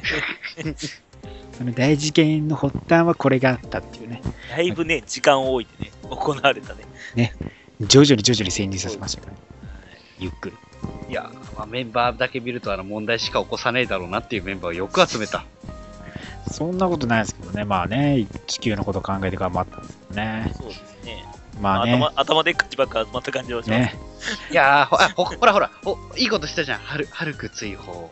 その大事件の発端はこれがあったっていうね。 だいぶね、時間を置いてね、行われたね。 ね、徐々に徐々に潜入させましたからね。ゆっくり。 いや、まあ、メンバーだけ見るとあの問題しか起こさねえだろうなっていうメンバーをよく集めた。 そんなことないですけどね、まあね、地球のことを考えて頑張ったんですけどね。 そうですね。 まあね、 頭, 頭でっかちばっか集まった感じはしますね。 いやー ほ, ほらほらお、いいことしたじゃん、ハルハルク追放。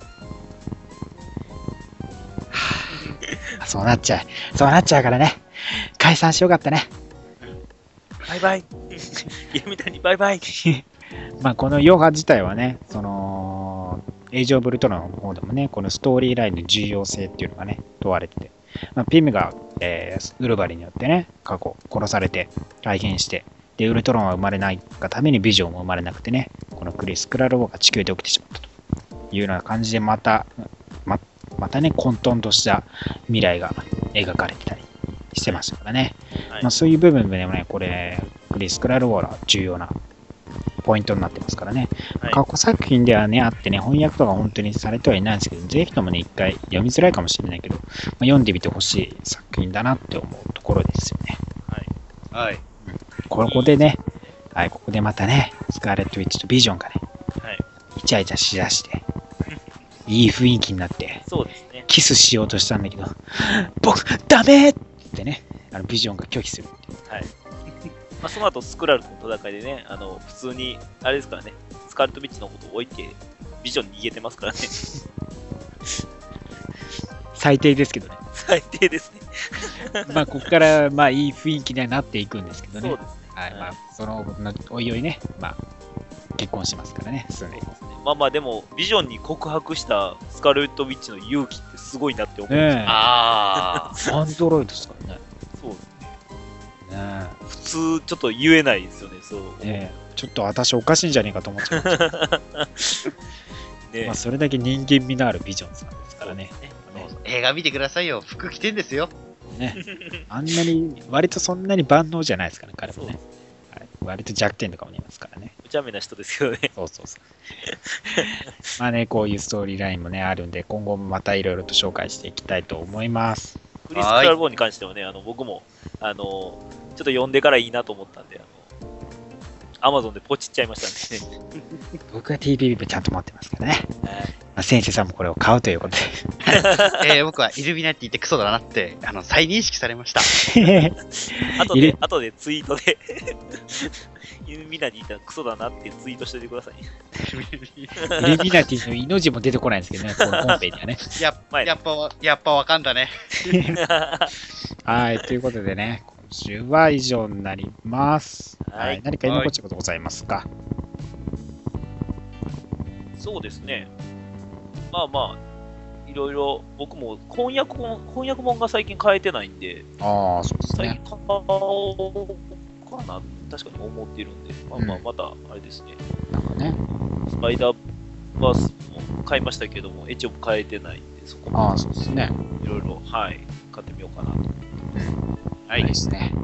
そうなっちゃう、そうなっちゃうからね、解散しようかったね。 バイバイ。家みたいにバイバイ。 まあこのヨハ自体はね、そのエイジ・オブ・ウルトロンの方でもね、このストーリーラインの重要性っていうのがね、問われてて、まあ、ピムが、えー、ウルヴァリンによってね、過去殺されて、改変して、で、ウルトロンは生まれないがためにビジョンも生まれなくてね、このクリス・クラルウォーが地球で起きてしまったというような感じで、また、ま、またね、混沌とした未来が描かれてたりしてましたからね。はい、まあ、そういう部分でもね、これ、クリス・クラルウォーは重要なポイントになってますからね。はい、過去作品ではね、あってね、翻訳とか本当にされてはいないんですけど、ぜひともね、一回読みづらいかもしれないけど、まあ、読んでみてほしい作品だなって思うところですよね。 はい。はい。 ここでね、はい、ここでまたね、スカーレット・ウィッチとビジョンがね、 はい、 イチャイチャしだして、いい雰囲気になって、 そうですね、 キスしようとしたんだけど、僕、ダメってね、あのビジョンが拒否するっていう。 はい。まあ、その後スクラルとの戦いでね、あの普通に、あれですからね、スカーレット・ビッチのことを置いて、ビジョンに逃げてますからね。 最低ですけどね。 最低ですね。 まあ、ここから、まあ、いい雰囲気にはなっていくんですけどね。 そうですね。 はい、まあ、その、おいおいね、まあ、結婚しますからね、進んでいきますね。 まあまあ、でも、ビジョンに告白したスカーレット・ウィッチの勇気ってすごいなって思うんですよ。 ねえ。ああ。アンドロイドですからね。 そうですね。 ね普通ちょっと言えないですよね、そう。 ね、ちょっと私おかしいんじゃねえかと思っちゃう。 ね、 まあそれだけ人間味のあるビジョンさんですからね。 ね映画見てくださいよ。服着てんですよ。 ね、あんなに、割とそんなに万能じゃないですからね、彼もね。はい、割と弱点とかもありますからね。 お茶目な人ですけどね。 そうそうそう。まあね、こういうストーリーラインもね、あるんで、今後もまたいろいろと紹介していきたいと思います。 クリス・クラルボーンに関してはね、あの僕もあのちょっと読んでからいいなと思ったんで、アマゾンでポチっちゃいましたね。 僕は ティーピービー ちゃんと持ってますからね。 はい、 まあ、先生さんもこれを買うということで。 えー、僕はイルミナティってクソだなってあの再認識されました。 後で、後でツイートで、イルミナティってクソだなってツイートしておいてください。 イルミナティの命も出てこないんですけどね、この本編にはね。 ややっぱ、やっぱわかんだね。 はい、ということでね、今週は以上になります。はい、はい、何か言い残したことございますか？ そうですね。まあまあ、いろいろ、僕も翻訳本、翻訳本が最近変えてないんで、 ああ、そうですね。 最近買おうかな、確かに思っているんで、まあまあ、また、あれですね。 なんかね。 スパイダーバースも買いましたけども、エチオも変えてないんで、そこも。 ああ、そうですね。 いろいろ、はい、買ってみようかなと。 うん。 はい。 いいですね。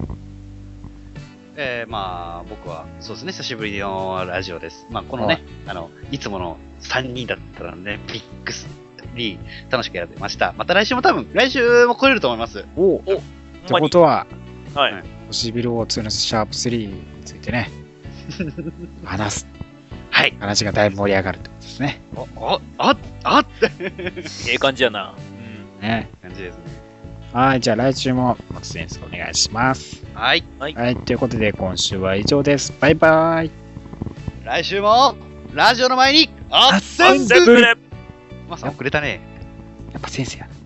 えー、まあ、僕は、そうですね、久しぶりのラジオです。まあ、このね、あの、いつものさんにんだったらね、ビッグスリー、楽しくやってました。また来週も多分、来週も来れると思います。 おお。ってことは、 はい。 星ビルオーツーのシャープスリーについてね、話す。 はい。 話がだいぶ盛り上がるってことですね。 お、お、あ、あって。 ええ感じやな。 うん。ね。 感じですね。 はい、じゃあ来週も松先生お願いします。 はい。 はい。 はい、ということで今週は以上です。バイバイ。 来週も、ラジオの前に、アッセンブルまさ遅れたね。 やっぱ先生やな。